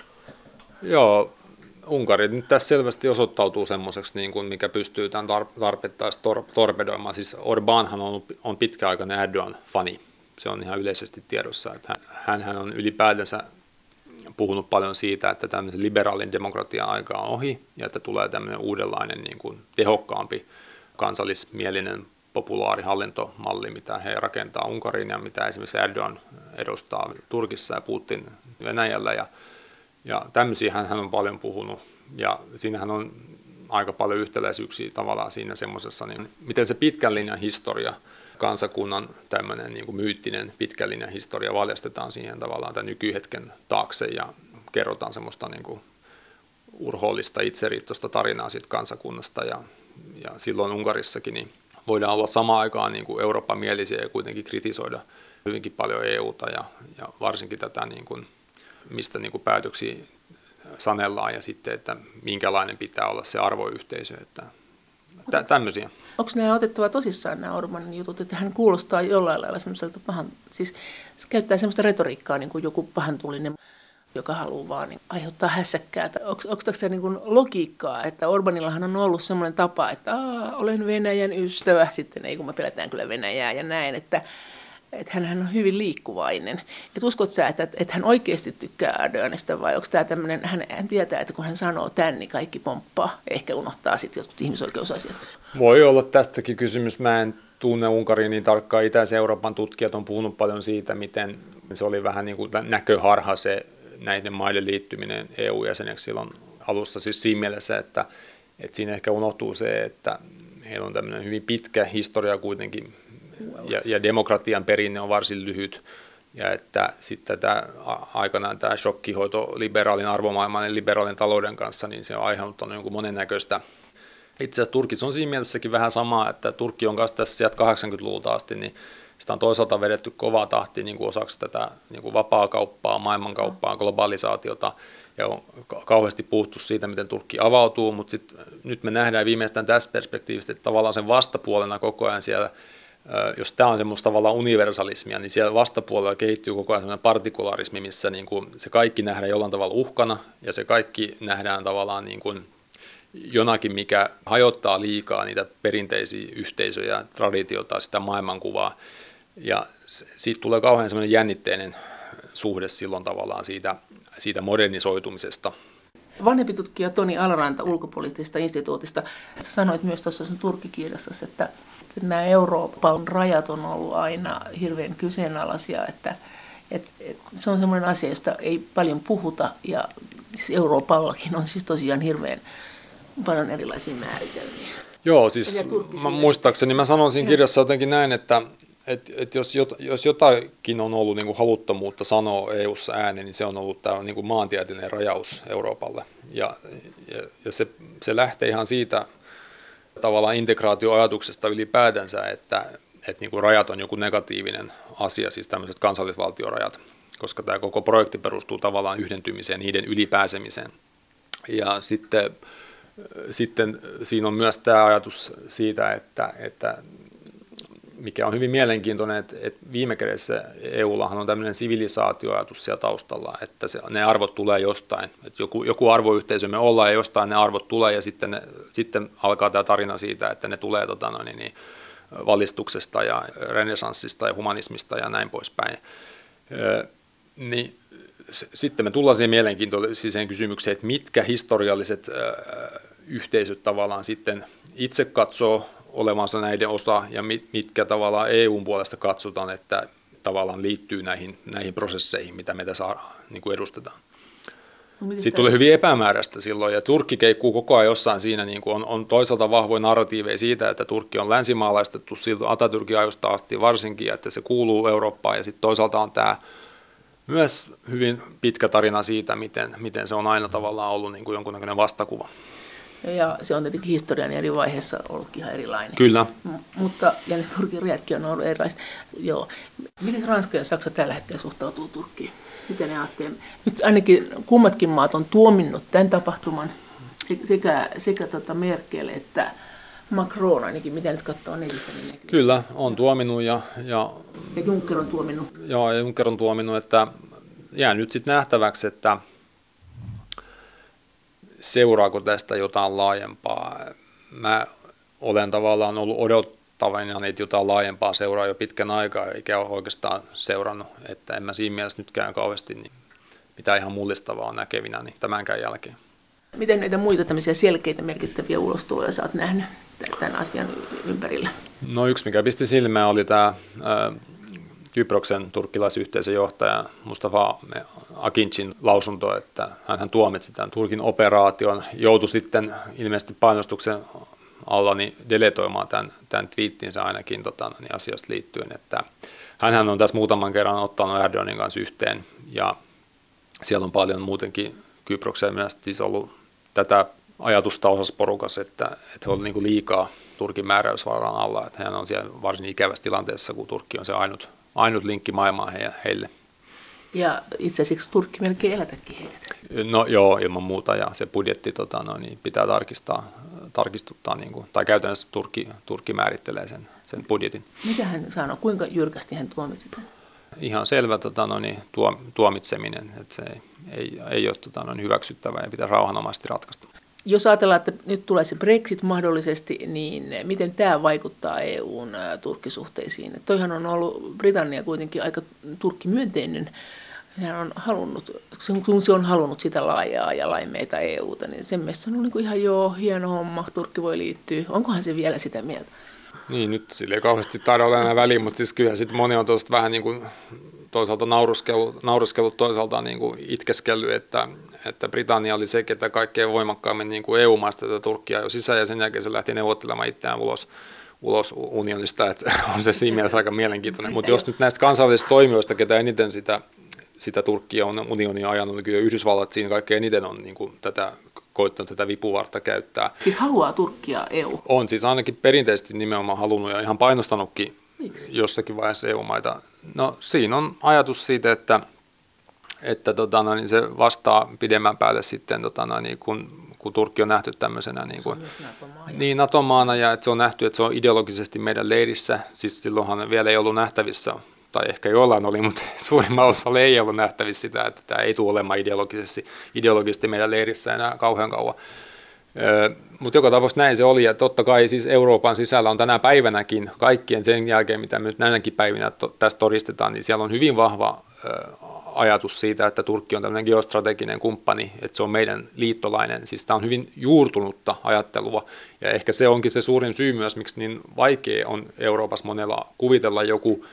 Joo, Unkari nyt tässä selvästi osoittautuu semmoiseksi, niin kuin mikä pystyy tämän tarpeettaisesti tor- torpedoimaan. Siis Orbánhan on, on pitkäaikainen Erdogan-fani. Se on ihan yleisesti tiedossa, että hän, hän on ylipäätänsä puhunut paljon siitä, että tämmöisen liberaalin demokratian aika on ohi ja että tulee tämmöinen uudenlainen niin kuin tehokkaampi kansallismielinen populaarihallintomalli, mitä he rakentaa Unkariin ja mitä esimerkiksi Erdogan edustaa Turkissa ja Putin Venäjällä. Ja, ja tämmöisiä hän, hän on paljon puhunut ja siinähän on aika paljon yhtäläisyyksiä tavallaan siinä semmoisessa, niin miten se pitkän linjan historia, kansakunnan tämmöinen niin kuin myyttinen pitkän linjan historia valjastetaan siihen tavallaan tämän nykyhetken taakse ja kerrotaan semmoista niin kuin urhoollista itseriittoista tarinaa siitä kansakunnasta ja, ja silloin Unkarissakin, niin voidaan olla samaan aikaan niin kuin Euroopan mielisiä ja kuitenkin kritisoida hyvinkin paljon E Uta ja, ja varsinkin tätä, niin kuin, mistä niin kuin päätöksiä sanellaan ja sitten, että minkälainen pitää olla se arvoyhteisö, että tä, tämmöisiä. Onko nämä otettava tosissaan nämä Orbanin jutut, että hän kuulostaa jollain lailla semmoiselta pahan, siis se käyttää semmoista retoriikkaa niin kuin joku pahantulinen, joka haluaa vaan niin aiheuttaa hässäkkää. Onko, onko tässä niin kuin logiikkaa, että Orbanillahan on ollut semmoinen tapa, että olen Venäjän ystävä, sitten ei kun me pelätään kyllä Venäjää ja näin, että että hän on hyvin liikkuvainen. Et uskot sä, että, että hän oikeasti tykkää Erdoganista vai onko tämä tämmöinen, hän, hän tietää, että kun hän sanoo tämän, niin kaikki pomppaa, ehkä unohtaa sitten jotkut ihmisoikeusasiat. Voi olla tästäkin kysymys. Mä en tunne Unkaria niin tarkkaan. Itäisen Euroopan tutkijat on puhunut paljon siitä, miten se oli vähän niin kuin näköharha se näiden maiden liittyminen E U-jäseneksi silloin alussa. Siis siinä mielessä, että, että siinä ehkä unohtuu se, että heillä on tämmöinen hyvin pitkä historia kuitenkin, Ja, ja demokratian perinne on varsin lyhyt, ja että sitten tämä, aikanaan tämä shokkihoito liberaalin arvomaailman ja liberaalin talouden kanssa, niin se on aiheuttanut jonkun monennäköistä. Itse asiassa Turkissa on siinä mielessäkin vähän sama, että Turkki on kanssa tässä sieltä kahdeksankymmentäluvulta asti, niin sitä on toisaalta vedetty kovaa tahtia niin kuin osaksi tätä niin kuin vapaakauppaa, maailmankauppaa, globalisaatiota, ja on kauheasti puhuttu siitä, miten Turkki avautuu, mutta sit, nyt me nähdään viimeistään tästä perspektiivistä, että tavallaan sen vastapuolena koko ajan siellä, jos tämä on semmoista tavallaan universalismia, niin siellä vastapuolella kehittyy koko ajan semmoinen partikularismi, missä niin kuin se kaikki nähdään jollain tavalla uhkana, ja se kaikki nähdään tavallaan niin kuin jonakin, mikä hajottaa liikaa niitä perinteisiä yhteisöjä, traditiota, sitä maailmankuvaa, ja siitä tulee kauhean semmoinen jännitteinen suhde silloin tavallaan siitä, siitä modernisoitumisesta. Vanhempi tutkija Toni Alaranta ulkopoliittisesta instituutista, sä sanoit myös tuossa sun Turkki-kirjassasi, että nämä Euroopan rajat on ollut aina hirveän kyseenalaisia, että, että, että se on semmoinen asia, josta ei paljon puhuta, ja Euroopallakin on siis tosiaan hirveän paljon erilaisia määritelmiä. Joo, siis mä muistaakseni mä sanon siinä kirjassa jotenkin näin, että et, et jos, jot, jos jotakin on ollut niin kuin haluttomuutta sanoa E U:ssa ääneen, niin se on ollut tämä niin kuin maantieteellinen rajaus Euroopalle, ja, ja, ja se, se lähtee ihan siitä tavallaan integraatioajatuksesta ylipäätänsä, että, että niin kuin rajat on joku negatiivinen asia, siis tämmöiset kansallisvaltiorajat, koska tämä koko projekti perustuu tavallaan yhdentymiseen, niiden ylipääsemiseen. Ja sitten, sitten siinä on myös tämä ajatus siitä, että, että mikä on hyvin mielenkiintoinen, että, että viime kädessä E U:llahan on tämmöinen sivilisaatioajatus siellä taustalla, että se, ne arvot tulee jostain, että joku, joku arvoyhteisö me ollaan ja jostain ne arvot tulee, ja sitten, ne, sitten alkaa tämä tarina siitä, että ne tulee tota, no, niin, niin, valistuksesta ja renesanssista ja humanismista ja näin poispäin. Ö, niin, s- sitten me tullaan siihen mielenkiintoiseen kysymykseen, että mitkä historialliset ö, yhteisöt tavallaan sitten itse katsoo olevansa näiden osa, ja mitkä tavallaan E U:n puolesta katsotaan, että tavallaan liittyy näihin, näihin prosesseihin, mitä me tässä niin kuin edustetaan. No, sitten tulee hyvin epämääräistä silloin, ja Turkki keikkuu koko ajan jossain siinä, niin kuin on, on toisaalta vahvoja narratiiveja siitä, että Turkki on länsimaalaistettu siltä Atatürkin ajoista asti varsinkin, ja että se kuuluu Eurooppaan, ja sitten toisaalta on tämä myös hyvin pitkä tarina siitä, miten, miten se on aina tavallaan ollut niin kuin jonkunnäköinen vastakuva. Ja se on tietenkin historian eri vaiheessa ollutkin ihan erilainen. Kyllä. M- mutta, ja ne Turkin rajatkin on ollut erilaiset. Joo. Miten Ranska ja Saksa tällä hetkellä suhtautuu Turkkiin? Mitä ne ajattelee? Nyt ainakin kummatkin maat on tuominnut tämän tapahtuman, sekä, sekä tota Merkel että Macron ainakin, mitä nyt katsoo netistä. Niin Kyllä, on tuominnut ja... Ja, ja Juncker on tuominnut. Joo, ja Juncker on tuominnut, että jää nyt sitten nähtäväksi, että seuraako tästä jotain laajempaa. Mä olen tavallaan ollut odottavana niitä jotain laajempaa seuraa jo pitkän aikaa, eikä ole oikeastaan seurannut, että en mä siinä mielessä nytkään kauheasti niin mitään ihan mullistavaa on näkevinä niin tämänkään jälkeen. Miten näitä muita tämmöisiä selkeitä merkittäviä ulostuloja sä oot nähnyt tämän asian ympärillä? No yksi, mikä pisti silmään, oli tämä ä, Kyproksen turkkilaisyhteisön johtaja Mustafa Akinçin lausunto, että hän tuomitsi tämän Turkin operaation, joutui sitten ilmeisesti painostuksen alla niin deletoimaan tämän, tämän twiittinsä ainakin tota, niin asiasta liittyen, että hänhän on tässä muutaman kerran ottanut Erdoganin kanssa yhteen, ja siellä on paljon muutenkin Kyprokseen myös siis ollut tätä ajatusta osassa porukassa, että, että he ovat niin kuin liikaa Turkin määräysvallan alla, että hän on siellä varsin ikävässä tilanteessa, kun Turkki on se ainut, ainut linkki maailmaan heille. Ja itse asiassa Turkki melkein elätäkin heidät. No joo, ilman muuta, ja se budjetti tota, no, niin pitää tarkistaa, tarkistuttaa, niin kuin, tai käytännössä Turkki, Turkki määrittelee sen, sen budjetin. Mitä hän sanoi, kuinka jyrkästi hän tuomitsi tämän? Ihan selvä tota, no, niin, tuo, tuomitseminen, että se ei, ei, ei ole tota, no, niin hyväksyttävää ja pitää rauhanomaisesti ratkaista. Jos ajatellaan, että nyt tulee se Brexit mahdollisesti, niin miten tämä vaikuttaa E U:n Turkki-suhteisiin? Toihan on ollut Britannia kuitenkin aika Turkki-myönteinen. Hän on halunnut, kun se on halunnut sitä laajaa ja laimeita E U:ta, niin sen mielestä on ollut niin ihan joo, hieno homma, Turkki voi liittyä. Onkohan se vielä sitä mieltä? Niin, nyt sille ei kauheasti taida olla enää väliin, mutta siis kyllä sitten moni on tuosta vähän niin kuin toisaalta nauruskellut, nauruskellut toisaalta niin kuin itkeskellyt, että, että Britannia oli se, ketä kaikkein voimakkaammin niin kuin E U-maista tätä Turkkia jo sisään, ja sen jälkeen se lähti neuvottelemaan itseään ulos, ulos unionista, että on se siinä mielessä aika mielenkiintoinen. Mutta jos nyt näistä kansainvälisistä toimijoista, ketä eniten sitä, sitä Turkkia on unionia ajanut, niin kyllä Yhdysvallat siinä kaikkein eniten on niin kuin tätä koittanut tätä vipuvartta käyttää. Siis haluaa Turkkia E U? On siis ainakin perinteisesti nimenomaan halunnut ja ihan painostanutkin. Miksi? Jossakin vaiheessa E U-maita. No siinä on ajatus siitä, että, että tota, no, niin se vastaa pidemmän päälle sitten, tota, no, niin kun, kun Turkki on nähty tämmöisenä niin, kuin, niin NATO-maana ja että se on nähty, että se on ideologisesti meidän leirissä. Siis silloinhan vielä ei ollut nähtävissä, tai ehkä jollain oli, mutta suurimmalla osalla ei ollut nähtävissä sitä, että tämä ei tule olemaan ideologisesti, ideologisesti meidän leirissä enää kauhean kauan. Öö, mutta joka tapauksessa näin se oli, ja totta kai siis Euroopan sisällä on tänä päivänäkin, kaikkien sen jälkeen, mitä me nyt näinäkin päivinä to, tästä todistetaan, niin siellä on hyvin vahva ö, ajatus siitä, että Turkki on tämmöinen geostrateginen kumppani, että se on meidän liittolainen. Siis tämä on hyvin juurtunutta ajattelua, ja ehkä se onkin se suurin syy myös, miksi niin vaikea on Euroopassa monella kuvitella joku,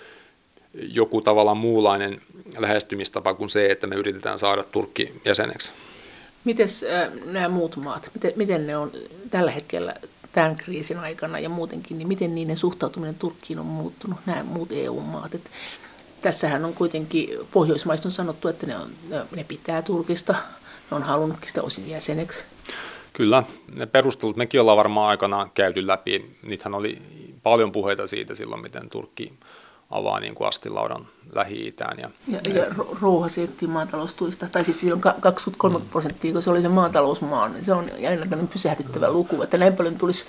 joku tavallaan muunlainen lähestymistapa kuin se, että me yritetään saada Turkki jäseneksi. Miten äh, nämä muut maat, miten, miten ne on tällä hetkellä tämän kriisin aikana ja muutenkin, niin miten niiden suhtautuminen Turkkiin on muuttunut, nämä muut E U-maat? Et tässähän on kuitenkin Pohjoismaista on sanottu, että ne, on, ne pitää Turkista, ne on halunnutkin sitä osin jäseneksi. Kyllä, ne perustelut mekin ollaan varmaan aikanaan käyty läpi. Niithän oli paljon puheita siitä silloin, miten Turkki avaa niin kuin astinlaudan Lähi-Itään. Ja, ja, ja rouha siirrettiin maataloustuista, tai siis silloin kaksikymmentäkolme prosenttia, kun se oli se maatalousmaa, niin se on aina pysähdyttävä luku, että näin paljon tulisi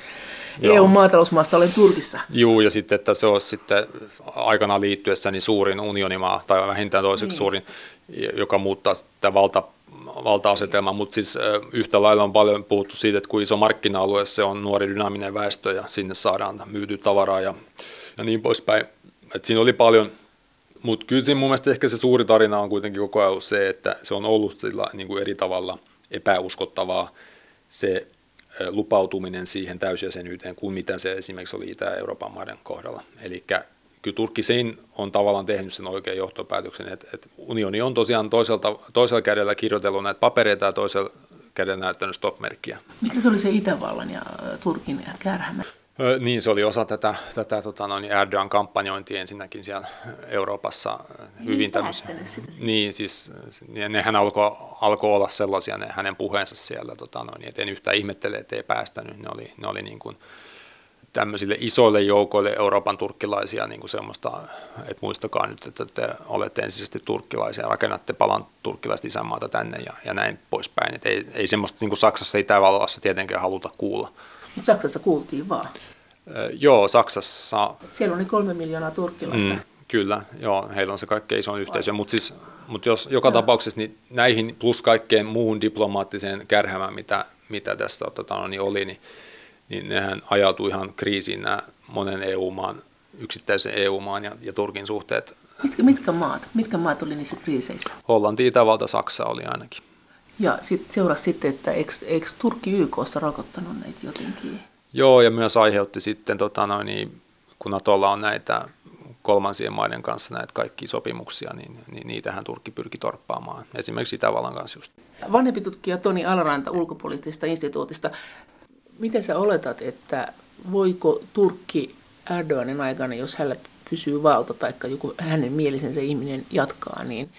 E U-maatalousmaasta olen Turkissa. Joo, ja sitten, että se olisi sitten aikanaan liittyessäni suurin unionimaa, tai vähintään toiseksi niin. suurin, joka muuttaa sitä valta, valta-asetelmaa, mutta siis yhtä lailla on paljon puhuttu siitä, että kun iso markkina-alue se on nuori dynaaminen väestö, ja sinne saadaan myytyä tavaraa ja, ja niin poispäin. Et siinä oli paljon, mutta kyllä siinä mun mielestä ehkä se suuri tarina on kuitenkin koko ajan ollut se, että se on ollut sillä, niin kuin eri tavalla epäuskottavaa se lupautuminen siihen täysjäsenyyteen kuin mitä se esimerkiksi oli Itä-Euroopan maiden kohdalla. Eli kyllä Turkki sen on tavallaan tehnyt sen oikean johtopäätöksen, että, että unioni on tosiaan toiselta, toisella kädellä kirjoitellut näitä papereita ja toisella kädellä näyttänyt stop-merkkiä. Mikä se oli se Itävallan ja Turkin kärhämä? Niin, se oli osa tätä, tätä tota, noin Erdogan-kampanjointia ensinnäkin siellä Euroopassa. Hyvin niin, tämmöisiä. Niin, siis nehän alkoi alko olla sellaisia, ne hänen puheensa siellä, tota, noin, että en yhtään ihmettele, että ei päästänyt. Ne oli, ne oli niin kuin tämmöisille isoille joukoille Euroopan turkkilaisia niin kuin semmoista, että muistakaa nyt, että te olette ensisijaisesti turkkilaisia, rakennatte palan turkkilaista isänmaata tänne ja, ja näin poispäin. Et ei, ei semmoista niin kuin Saksassa ja Itävallassa tietenkään haluta kuulla. Mutta Saksassa kuultiin vaan. Öö, joo, Saksassa. Siellä on kolme miljoonaa turkkilaista. Mm, kyllä, joo, heillä on se kaikkein isoin yhteisö. Mutta siis, mut jos joka no. tapauksessa niin näihin plus kaikkeen muuhun diplomaattiseen kärhämään, mitä, mitä tässä tota, niin oli, niin, niin nehän ajautui ihan kriisiin nämä monen E U-maan, yksittäisen E U-maan ja, ja Turkin suhteet. Mitkä, mitkä maat? Mitkä maat oli niissä kriiseissä? Hollanti, Itävalta, Saksa oli ainakin. Ja sitten seurasi sitten, että eikö, eikö Turkki Y K:ssa rokottanut näitä jotenkin? Joo, ja myös aiheutti sitten, tota noin, niin, kun Natolla on näitä kolmansien maiden kanssa näitä kaikkia sopimuksia, niin, niin niitähän Turkki pyrki torppaamaan, esimerkiksi Itävallan kanssa just. Vanhempi tutkija Toni Alaranta ulkopoliittisesta instituutista, miten sä oletat, että voiko Turkki Erdoganin aikana, jos hänellä pysyy valta tai joku hänen mielisensä ihminen jatkaa, niin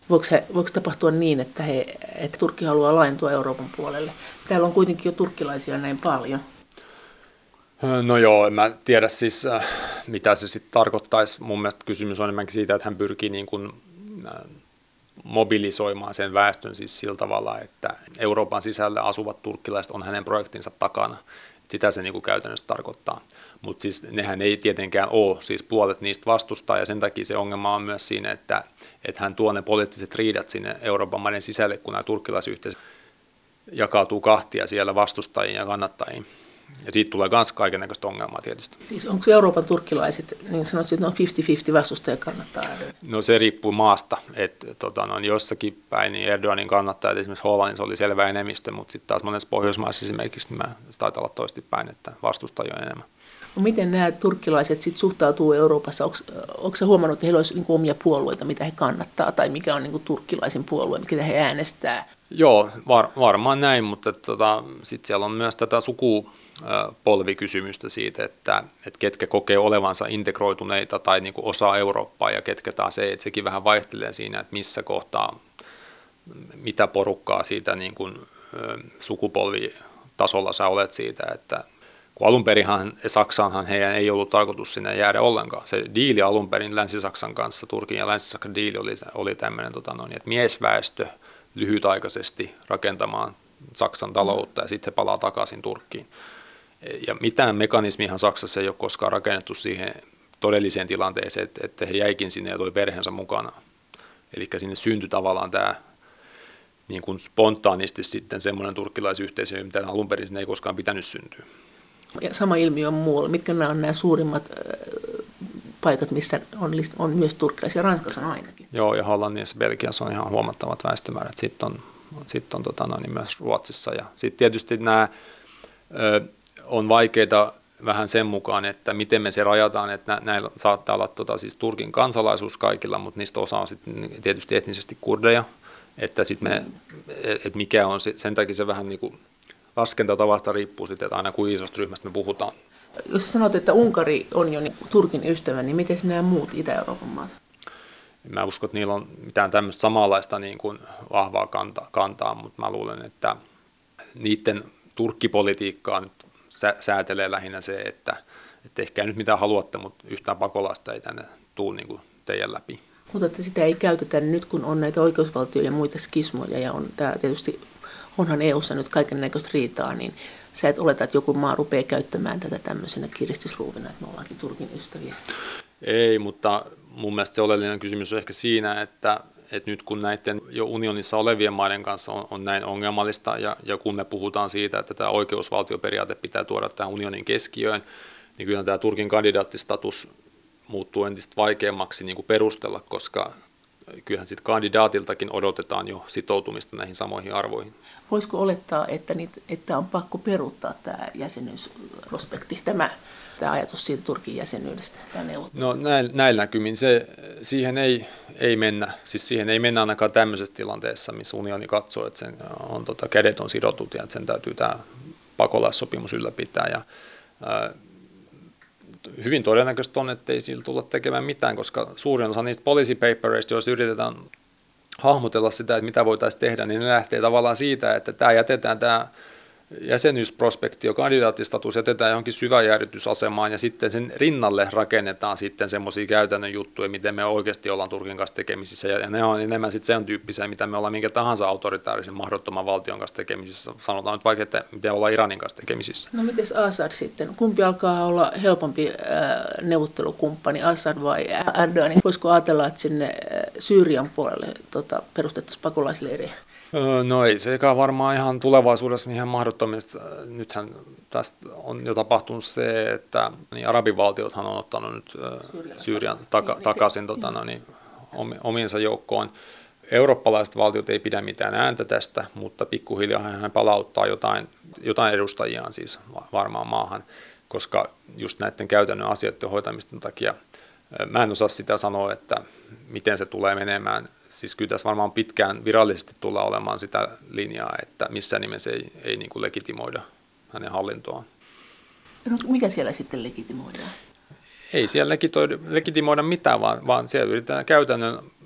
Voiko, he, voiko tapahtua niin, että, he, että Turkki haluaa laajentua Euroopan puolelle? Täällä on kuitenkin jo turkkilaisia näin paljon. No joo, en mä tiedä siis, äh, mitä se sitten tarkoittaisi. Mun mielestä kysymys on enemmänkin siitä, että hän pyrkii niin kuin, äh, mobilisoimaan sen väestön siis sillä tavalla, että Euroopan sisällä asuvat turkkilaiset on hänen projektinsa takana. Sitä se niin kuin käytännössä tarkoittaa. Mutta siis nehän ei tietenkään ole, siis puolet niistä vastustaa, ja sen takia se ongelma on myös siinä, että, että hän tuo ne poliittiset riidat sinne Euroopan maiden sisälle, kun nämä turkkilaisyhteisöt jakautuu kahtia siellä vastustajiin ja kannattajiin. Ja siitä tulee myös kaikennäköistä ongelmaa tietysti. Siis onko Euroopan turkkilaiset, niin sanoisin, että ne on viisikymmentä viisikymmentä vastustaja kannattaa Erdogan? No se riippuu maasta, että tota, no, jossakin päin niin Erdoganin kannattajat, esimerkiksi Hollannissa oli selvä enemmistö, mutta sitten taas monessa Pohjoismaissa esimerkiksi niin mä, se taitaa olla toistipäin, että vastustajia on enemmän. No miten nämä turkkilaiset sitten suhtautuu Euroopassa? Onko se huomannut, että heillä olisi niin kuin omia puolueita, mitä he kannattaa, tai mikä on niin kuin turkkilaisin puolue, mitä he äänestää? Joo, var, varmaan näin, mutta tota, sitten siellä on myös tätä sukupolvikysymystä siitä, että, että ketkä kokee olevansa integroituneita tai niin kuin osa Eurooppaa, ja ketkä taas ei, että sekin vähän vaihtelee siinä, että missä kohtaa, mitä porukkaa siitä niin kuin, sukupolvitasolla sä olet siitä, että kun alun perinhan Saksaanhan heidän ei ollut tarkoitus sinne jäädä ollenkaan. Se diili alun perin Länsi-Saksan kanssa, Turkin ja Länsi-Saksan diili oli, oli tämmöinen, tota noin, että miesväestö lyhytaikaisesti rakentamaan Saksan taloutta ja sitten he palaa takaisin Turkkiin. Ja mitään mekanismiahan Saksassa ei ole koskaan rakennettu siihen todelliseen tilanteeseen, että, että he jäikin sinne ja toi perheensä mukana. Eli sinne syntyi tavallaan tämä niin kuin spontaanisti sitten semmoinen turkkilaisyhteisö, mitä alun perin sinne ei koskaan pitänyt syntyä. Ja sama ilmiö on muualla. Mitkä nämä on nämä suurimmat paikat, missä on, on myös turkkilaisia? Ranskassa on ainakin. Joo, ja Hollannissa ja Belgiassa on ihan huomattavat väestömäärät. Sitten on, sit on tota, no, niin myös Ruotsissa. Ja sitten tietysti nämä ö, on vaikeita vähän sen mukaan, että miten me se rajataan, että nä, näillä saattaa olla tota, siis Turkin kansalaisuus kaikilla, mutta niistä osa on sitten tietysti etnisesti kurdeja. Että sitten me, et mikä on sen takia se vähän niin kuin laskentatavasta riippuu sitten, että aina kuin isosta ryhmästä me puhutaan. Jos sanot, että Unkari on jo niin Turkin ystävä, niin miten nämä muut Itä-Euroopan maat? Mä uskon, että niillä on mitään tämmöistä samanlaista niin kuin vahvaa kantaa, kantaa, mutta mä luulen, että niiden turkkipolitiikkaa nyt sä, säätelee lähinnä se, että, että ehkä nyt mitä haluatte, mutta yhtään pakolaista ei tänne tule niin kuin teidän läpi. Mutta että sitä ei käytetä nyt, kun on näitä oikeusvaltio- ja muita skismoja, ja on tämä tietysti, onhan E U:ssa nyt kaiken näköistä riitaa, niin sä et oleta, että joku maa rupeaa käyttämään tätä tämmöisenä kiristysruuvina, että me ollaankin Turkin ystäviä. Ei, mutta mun mielestä se oleellinen kysymys on ehkä siinä, että, että nyt kun näiden jo unionissa olevien maiden kanssa on, on näin ongelmallista, ja, ja kun me puhutaan siitä, että tämä oikeusvaltioperiaate pitää tuoda tähän unionin keskiöön, niin kyllä tämä Turkin kandidaattistatus muuttuu entistä vaikeammaksi niin kuin perustella, koska kyllähän sitten kandidaatiltakin odotetaan jo sitoutumista näihin samoihin arvoihin. Voisiko olettaa, että, niitä, että on pakko peruuttaa tämä jäsenyysprospekti, tämä, tämä ajatus siitä Turkin jäsenyydestä, tämä neuvottelu? No näillä, näillä näkymin se, siihen ei, ei mennä, siis siihen ei mennä ainakaan tämmöisessä tilanteessa, missä unioni katsoo, että sen on, tota, kädet on sidotut ja että sen täytyy tämä pakolaissopimus ylläpitää. Ja, ää, hyvin todennäköistä on, että ei sillä tulla tekemään mitään, koska suurin osa niistä policy papereista, joissa yritetään hahmotella sitä, että mitä voitaisiin tehdä, niin ne lähtee tavallaan siitä, että tämä jätetään tämä jäsenyysprospektio, kandidaattistatus jätetään johonkin syväjäädytysasemaan ja sitten sen rinnalle rakennetaan sitten semmoisia käytännön juttuja, miten me oikeasti ollaan Turkin kanssa tekemisissä ja ne on enemmän sitten sen tyyppisiä, mitä me ollaan minkä tahansa autoritaarisen mahdottoman valtion kanssa tekemisissä. Sanotaan nyt vaikka, että miten ollaan Iranin kanssa tekemisissä. No mites Assad sitten? Kumpi alkaa olla helpompi äh, neuvottelukumppani, Assad vai Erdogan? Voisiko ajatella, että sinne äh, Syyrian puolelle tota, perustettaisiin pakolaisleiriä? No ei sekä varmaan ihan tulevaisuudessa ihan mahdottomista. Nythän tästä on jo tapahtunut se, että niin arabivaltiothan on ottanut nyt Syyrian taka, takaisin tota, no, niin, omiinsa joukkoon. Eurooppalaiset valtiot ei pidä mitään ääntä tästä, mutta pikkuhiljaa hän palauttaa jotain, jotain edustajiaan siis varmaan maahan, koska just näiden käytännön asioiden hoitamisten takia mä en osaa sitä sanoa, että miten se tulee menemään. Siis kyllä tässä varmaan pitkään virallisesti tullaan olemaan sitä linjaa, että missään nimessä ei, ei niin kuin legitimoida hänen hallintoaan. No, mikä siellä sitten legitimoidaan? Ei siellä legitimoida mitään, vaan, vaan siellä yritetään käytännön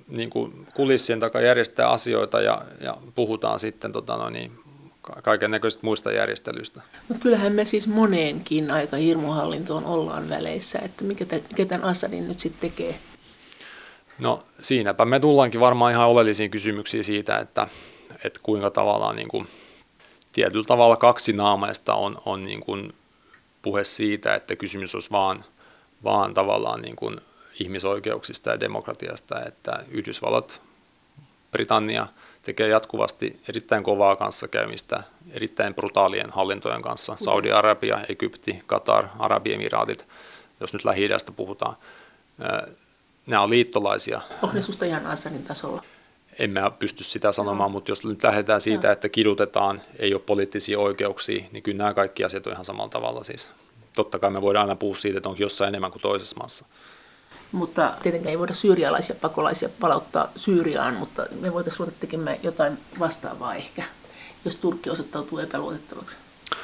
niin kuin kulissien takaa järjestää asioita ja, ja puhutaan sitten tota, no niin, kaiken näköisistä muista järjestelyistä. Mutta kyllähän me siis moneenkin aika hirmuhallintoon ollaan väleissä, että mikä, te, mikä tämän Assadin nyt sitten tekee? No siinäpä me tullaankin varmaan ihan oleellisiin kysymyksiin siitä, että, että kuinka tavallaan niin kuin, tietyllä tavalla kaksinaamaista on, on niin kuin puhe siitä, että kysymys olisi vaan, vaan tavallaan niin kuin ihmisoikeuksista ja demokratiasta, että Yhdysvallat, Britannia tekee jatkuvasti erittäin kovaa kanssakäymistä erittäin brutaalien hallintojen kanssa. Saudi-Arabia, Egypti, Katar, Arabiemiraatit, jos nyt Lähi-idästä puhutaan. Nämä on liittolaisia. Onko ne susta ihan Assadin tasolla? En mä pysty sitä sanomaan, no. Mutta jos nyt lähdetään siitä, no. että kidutetaan, ei ole poliittisia oikeuksia, niin kyllä nämä kaikki asiat on ihan samalla tavalla. Siis. Totta kai me voidaan aina puhua siitä, että onko jossain enemmän kuin toisessa maassa. Mutta tietenkään ei voida syyrialaisia pakolaisia palauttaa Syyriaan, mutta me voitaisiin ruveta tekemään jotain vastaavaa ehkä, jos Turkki osoittautuu epäluotettavaksi.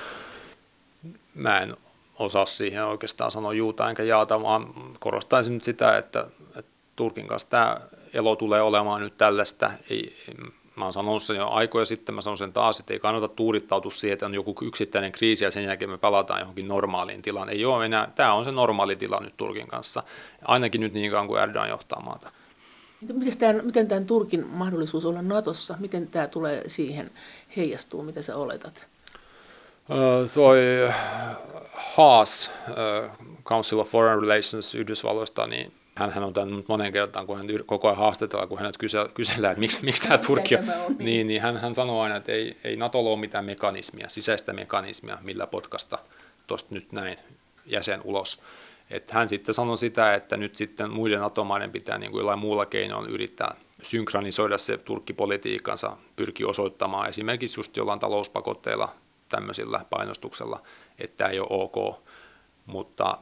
Mä en osaa siihen oikeastaan sanoa juuta enkä jaata, vaan korostaisin nyt sitä, että, että Turkin kanssa tämä elo tulee olemaan nyt tällaista. Ei, mä oon sanonut sen jo aikoja sitten, mä sanon sen taas, että ei kannata tuudittautua siihen, että on joku yksittäinen kriisi ja sen jälkeen me palataan johonkin normaaliin tilaan. Ei ole enää, tämä on se normaali tila nyt Turkin kanssa, ainakin nyt niin kauan kuin Erdogan johtaa maata. Miten tämän, miten tämän Turkin mahdollisuus olla Natossa, miten tämä tulee siihen heijastuu, mitä sä oletat? Uh, toi Haas, uh, Council of Foreign Relations Yhdysvalloista, niin hänhän on tämän monen kertaan, kun hän koko ajan haastetellaan, kun hänet kysellään, että miksi, miksi tämä Turkki on, on niin, niin, niin hän, hän sanoo aina, että ei, ei NATOlla ole mitään mekanismia, sisäistä mekanismia, millä potkasta tuosta nyt näin jäsen ulos. Että hän sitten sanoi sitä, että nyt sitten muiden NATO-maiden pitää niin kuin jollain muulla keinoin yrittää synkronisoida se Turkki-politiikkansa, pyrkii osoittamaan esimerkiksi just jollain talouspakotteilla, tämmöisillä painostuksella, että tämä ei ole ok, mutta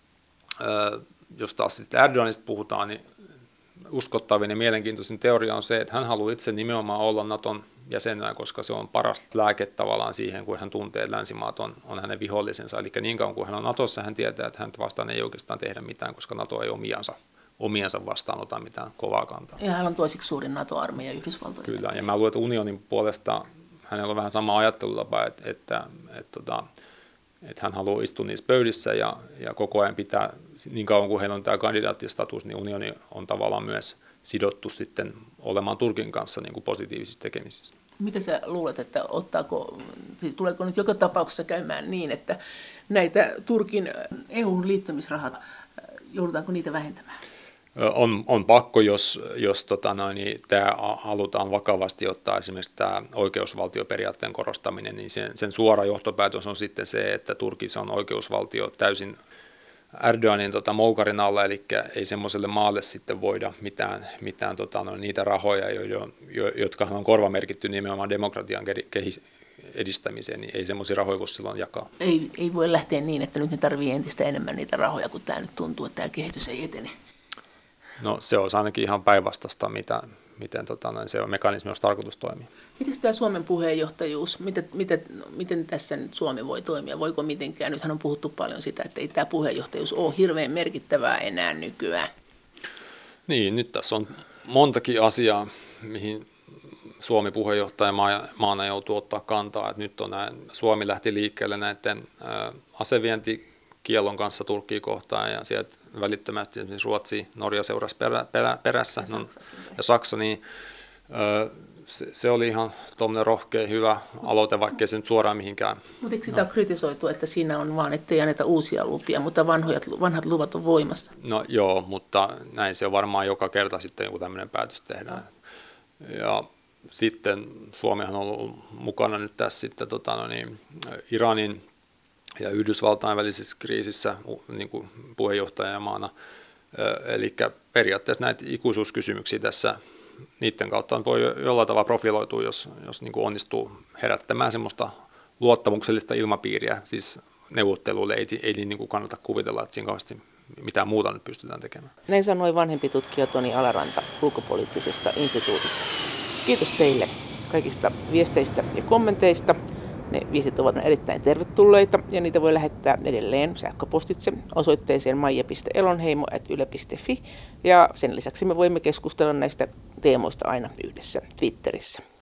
äh, jos taas sitten Erdoganista puhutaan, niin uskottavin ja mielenkiintoisin teoria on se, että hän haluaa itse nimenomaan olla Naton jäsenenä, koska se on paras lääke tavallaan siihen, kun hän tuntee, että länsimaat on, on hänen vihollisensa. Eli niin kauan kuin hän on Natossa, hän tietää, että häntä vastaan ei oikeastaan tehdä mitään, koska Nato ei omiansa, omiansa vastaan ota mitään kovaa kantaa. Ja hän on toisiksi suurin NATO-armeija Yhdysvaltojen. Kyllä, ja mä luulen, että unionin puolesta hänellä on vähän sama ajattelutapa, että, että, että, että, että hän haluaa istua niissä pöydissä ja, ja koko ajan pitää, niin kauan kuin heillä on tämä kandidaattistatus, niin unioni on tavallaan myös sidottu sitten olemaan Turkin kanssa niin kuin positiivisissa tekemisissä. Mitä sä luulet, että ottaako, siis tuleeko nyt joka tapauksessa käymään niin, että näitä Turkin E U:n liittymisrahat, joudutaanko niitä vähentämään? On, on pakko, jos, jos tota noin, niin tämä halutaan vakavasti ottaa esimerkiksi tämä oikeusvaltioperiaatteen korostaminen, niin sen, sen suora johtopäätös on sitten se, että Turkissa on oikeusvaltio täysin Erdoganin tota, moukarin alla, eli ei semmoiselle maalle sitten voida mitään, mitään tota, no, niitä rahoja, jo, jo, jotka on korvamerkitty nimenomaan demokratian kehis, edistämiseen, niin ei semmoisia rahoja voi silloin jakaa. Ei, ei voi lähteä niin, että nyt ne tarvitsee entistä enemmän niitä rahoja, kun tämä nyt tuntuu, että tämä kehitys ei etene. No se olisi ainakin ihan päinvastaista, mitä, miten tota, noin, se on mekanismi, olisi tarkoitus toimia. Miten tämä Suomen puheenjohtajuus, miten, miten, miten tässä nyt Suomi voi toimia, voiko mitenkään? Nythän on puhuttu paljon sitä, että ei tämä puheenjohtajuus ole hirveän merkittävää enää nykyään. Niin, nyt tässä on montakin asiaa, mihin Suomi puheenjohtajamaana joutuu ottaa kantaa. Että nyt on nämä, Suomi lähti liikkeelle näiden ä, asevientikiellon kanssa Turkkiin kohtaan ja sieltä välittömästi esimerkiksi Ruotsi, Norja seurasi perä, perä, perässä ja, no, Saksa, ja Saksa, niin ä, se, se oli ihan tuommoinen rohkea, hyvä aloite, vaikkei se nyt suoraan mihinkään. Mutta eikö sitä no. ole kritisoitu, että siinä on vaan, ettei anneta uusia lupia, mutta vanhoja, vanhat luvat on voimassa? No joo, mutta näin se on varmaan joka kerta sitten joku tämmöinen päätös tehdään. No. Ja sitten Suomihan on ollut mukana nyt tässä sitten tota, no niin, Iranin ja Yhdysvaltain välisessä kriisissä niin kuin puheenjohtajamaana. Eli periaatteessa näitä ikuisuuskysymyksiä tässä, niiden kautta voi jollain tavalla profiloitua, jos, jos niin kuin onnistuu herättämään semmoista luottamuksellista ilmapiiriä, siis neuvotteluille ei, ei niin kuin kannata kuvitella, että siinä kauheasti mitään muuta nyt pystytään tekemään. Näin sanoi vanhempi tutkija Toni Alaranta ulkopoliittisesta instituutista. Kiitos teille kaikista viesteistä ja kommenteista. Ne viestit ovat erittäin tervetulleita ja niitä voi lähettää edelleen sähköpostitse osoitteeseen maija piste elonheimo ät yle piste fi ja sen lisäksi me voimme keskustella näistä teemoista aina yhdessä Twitterissä.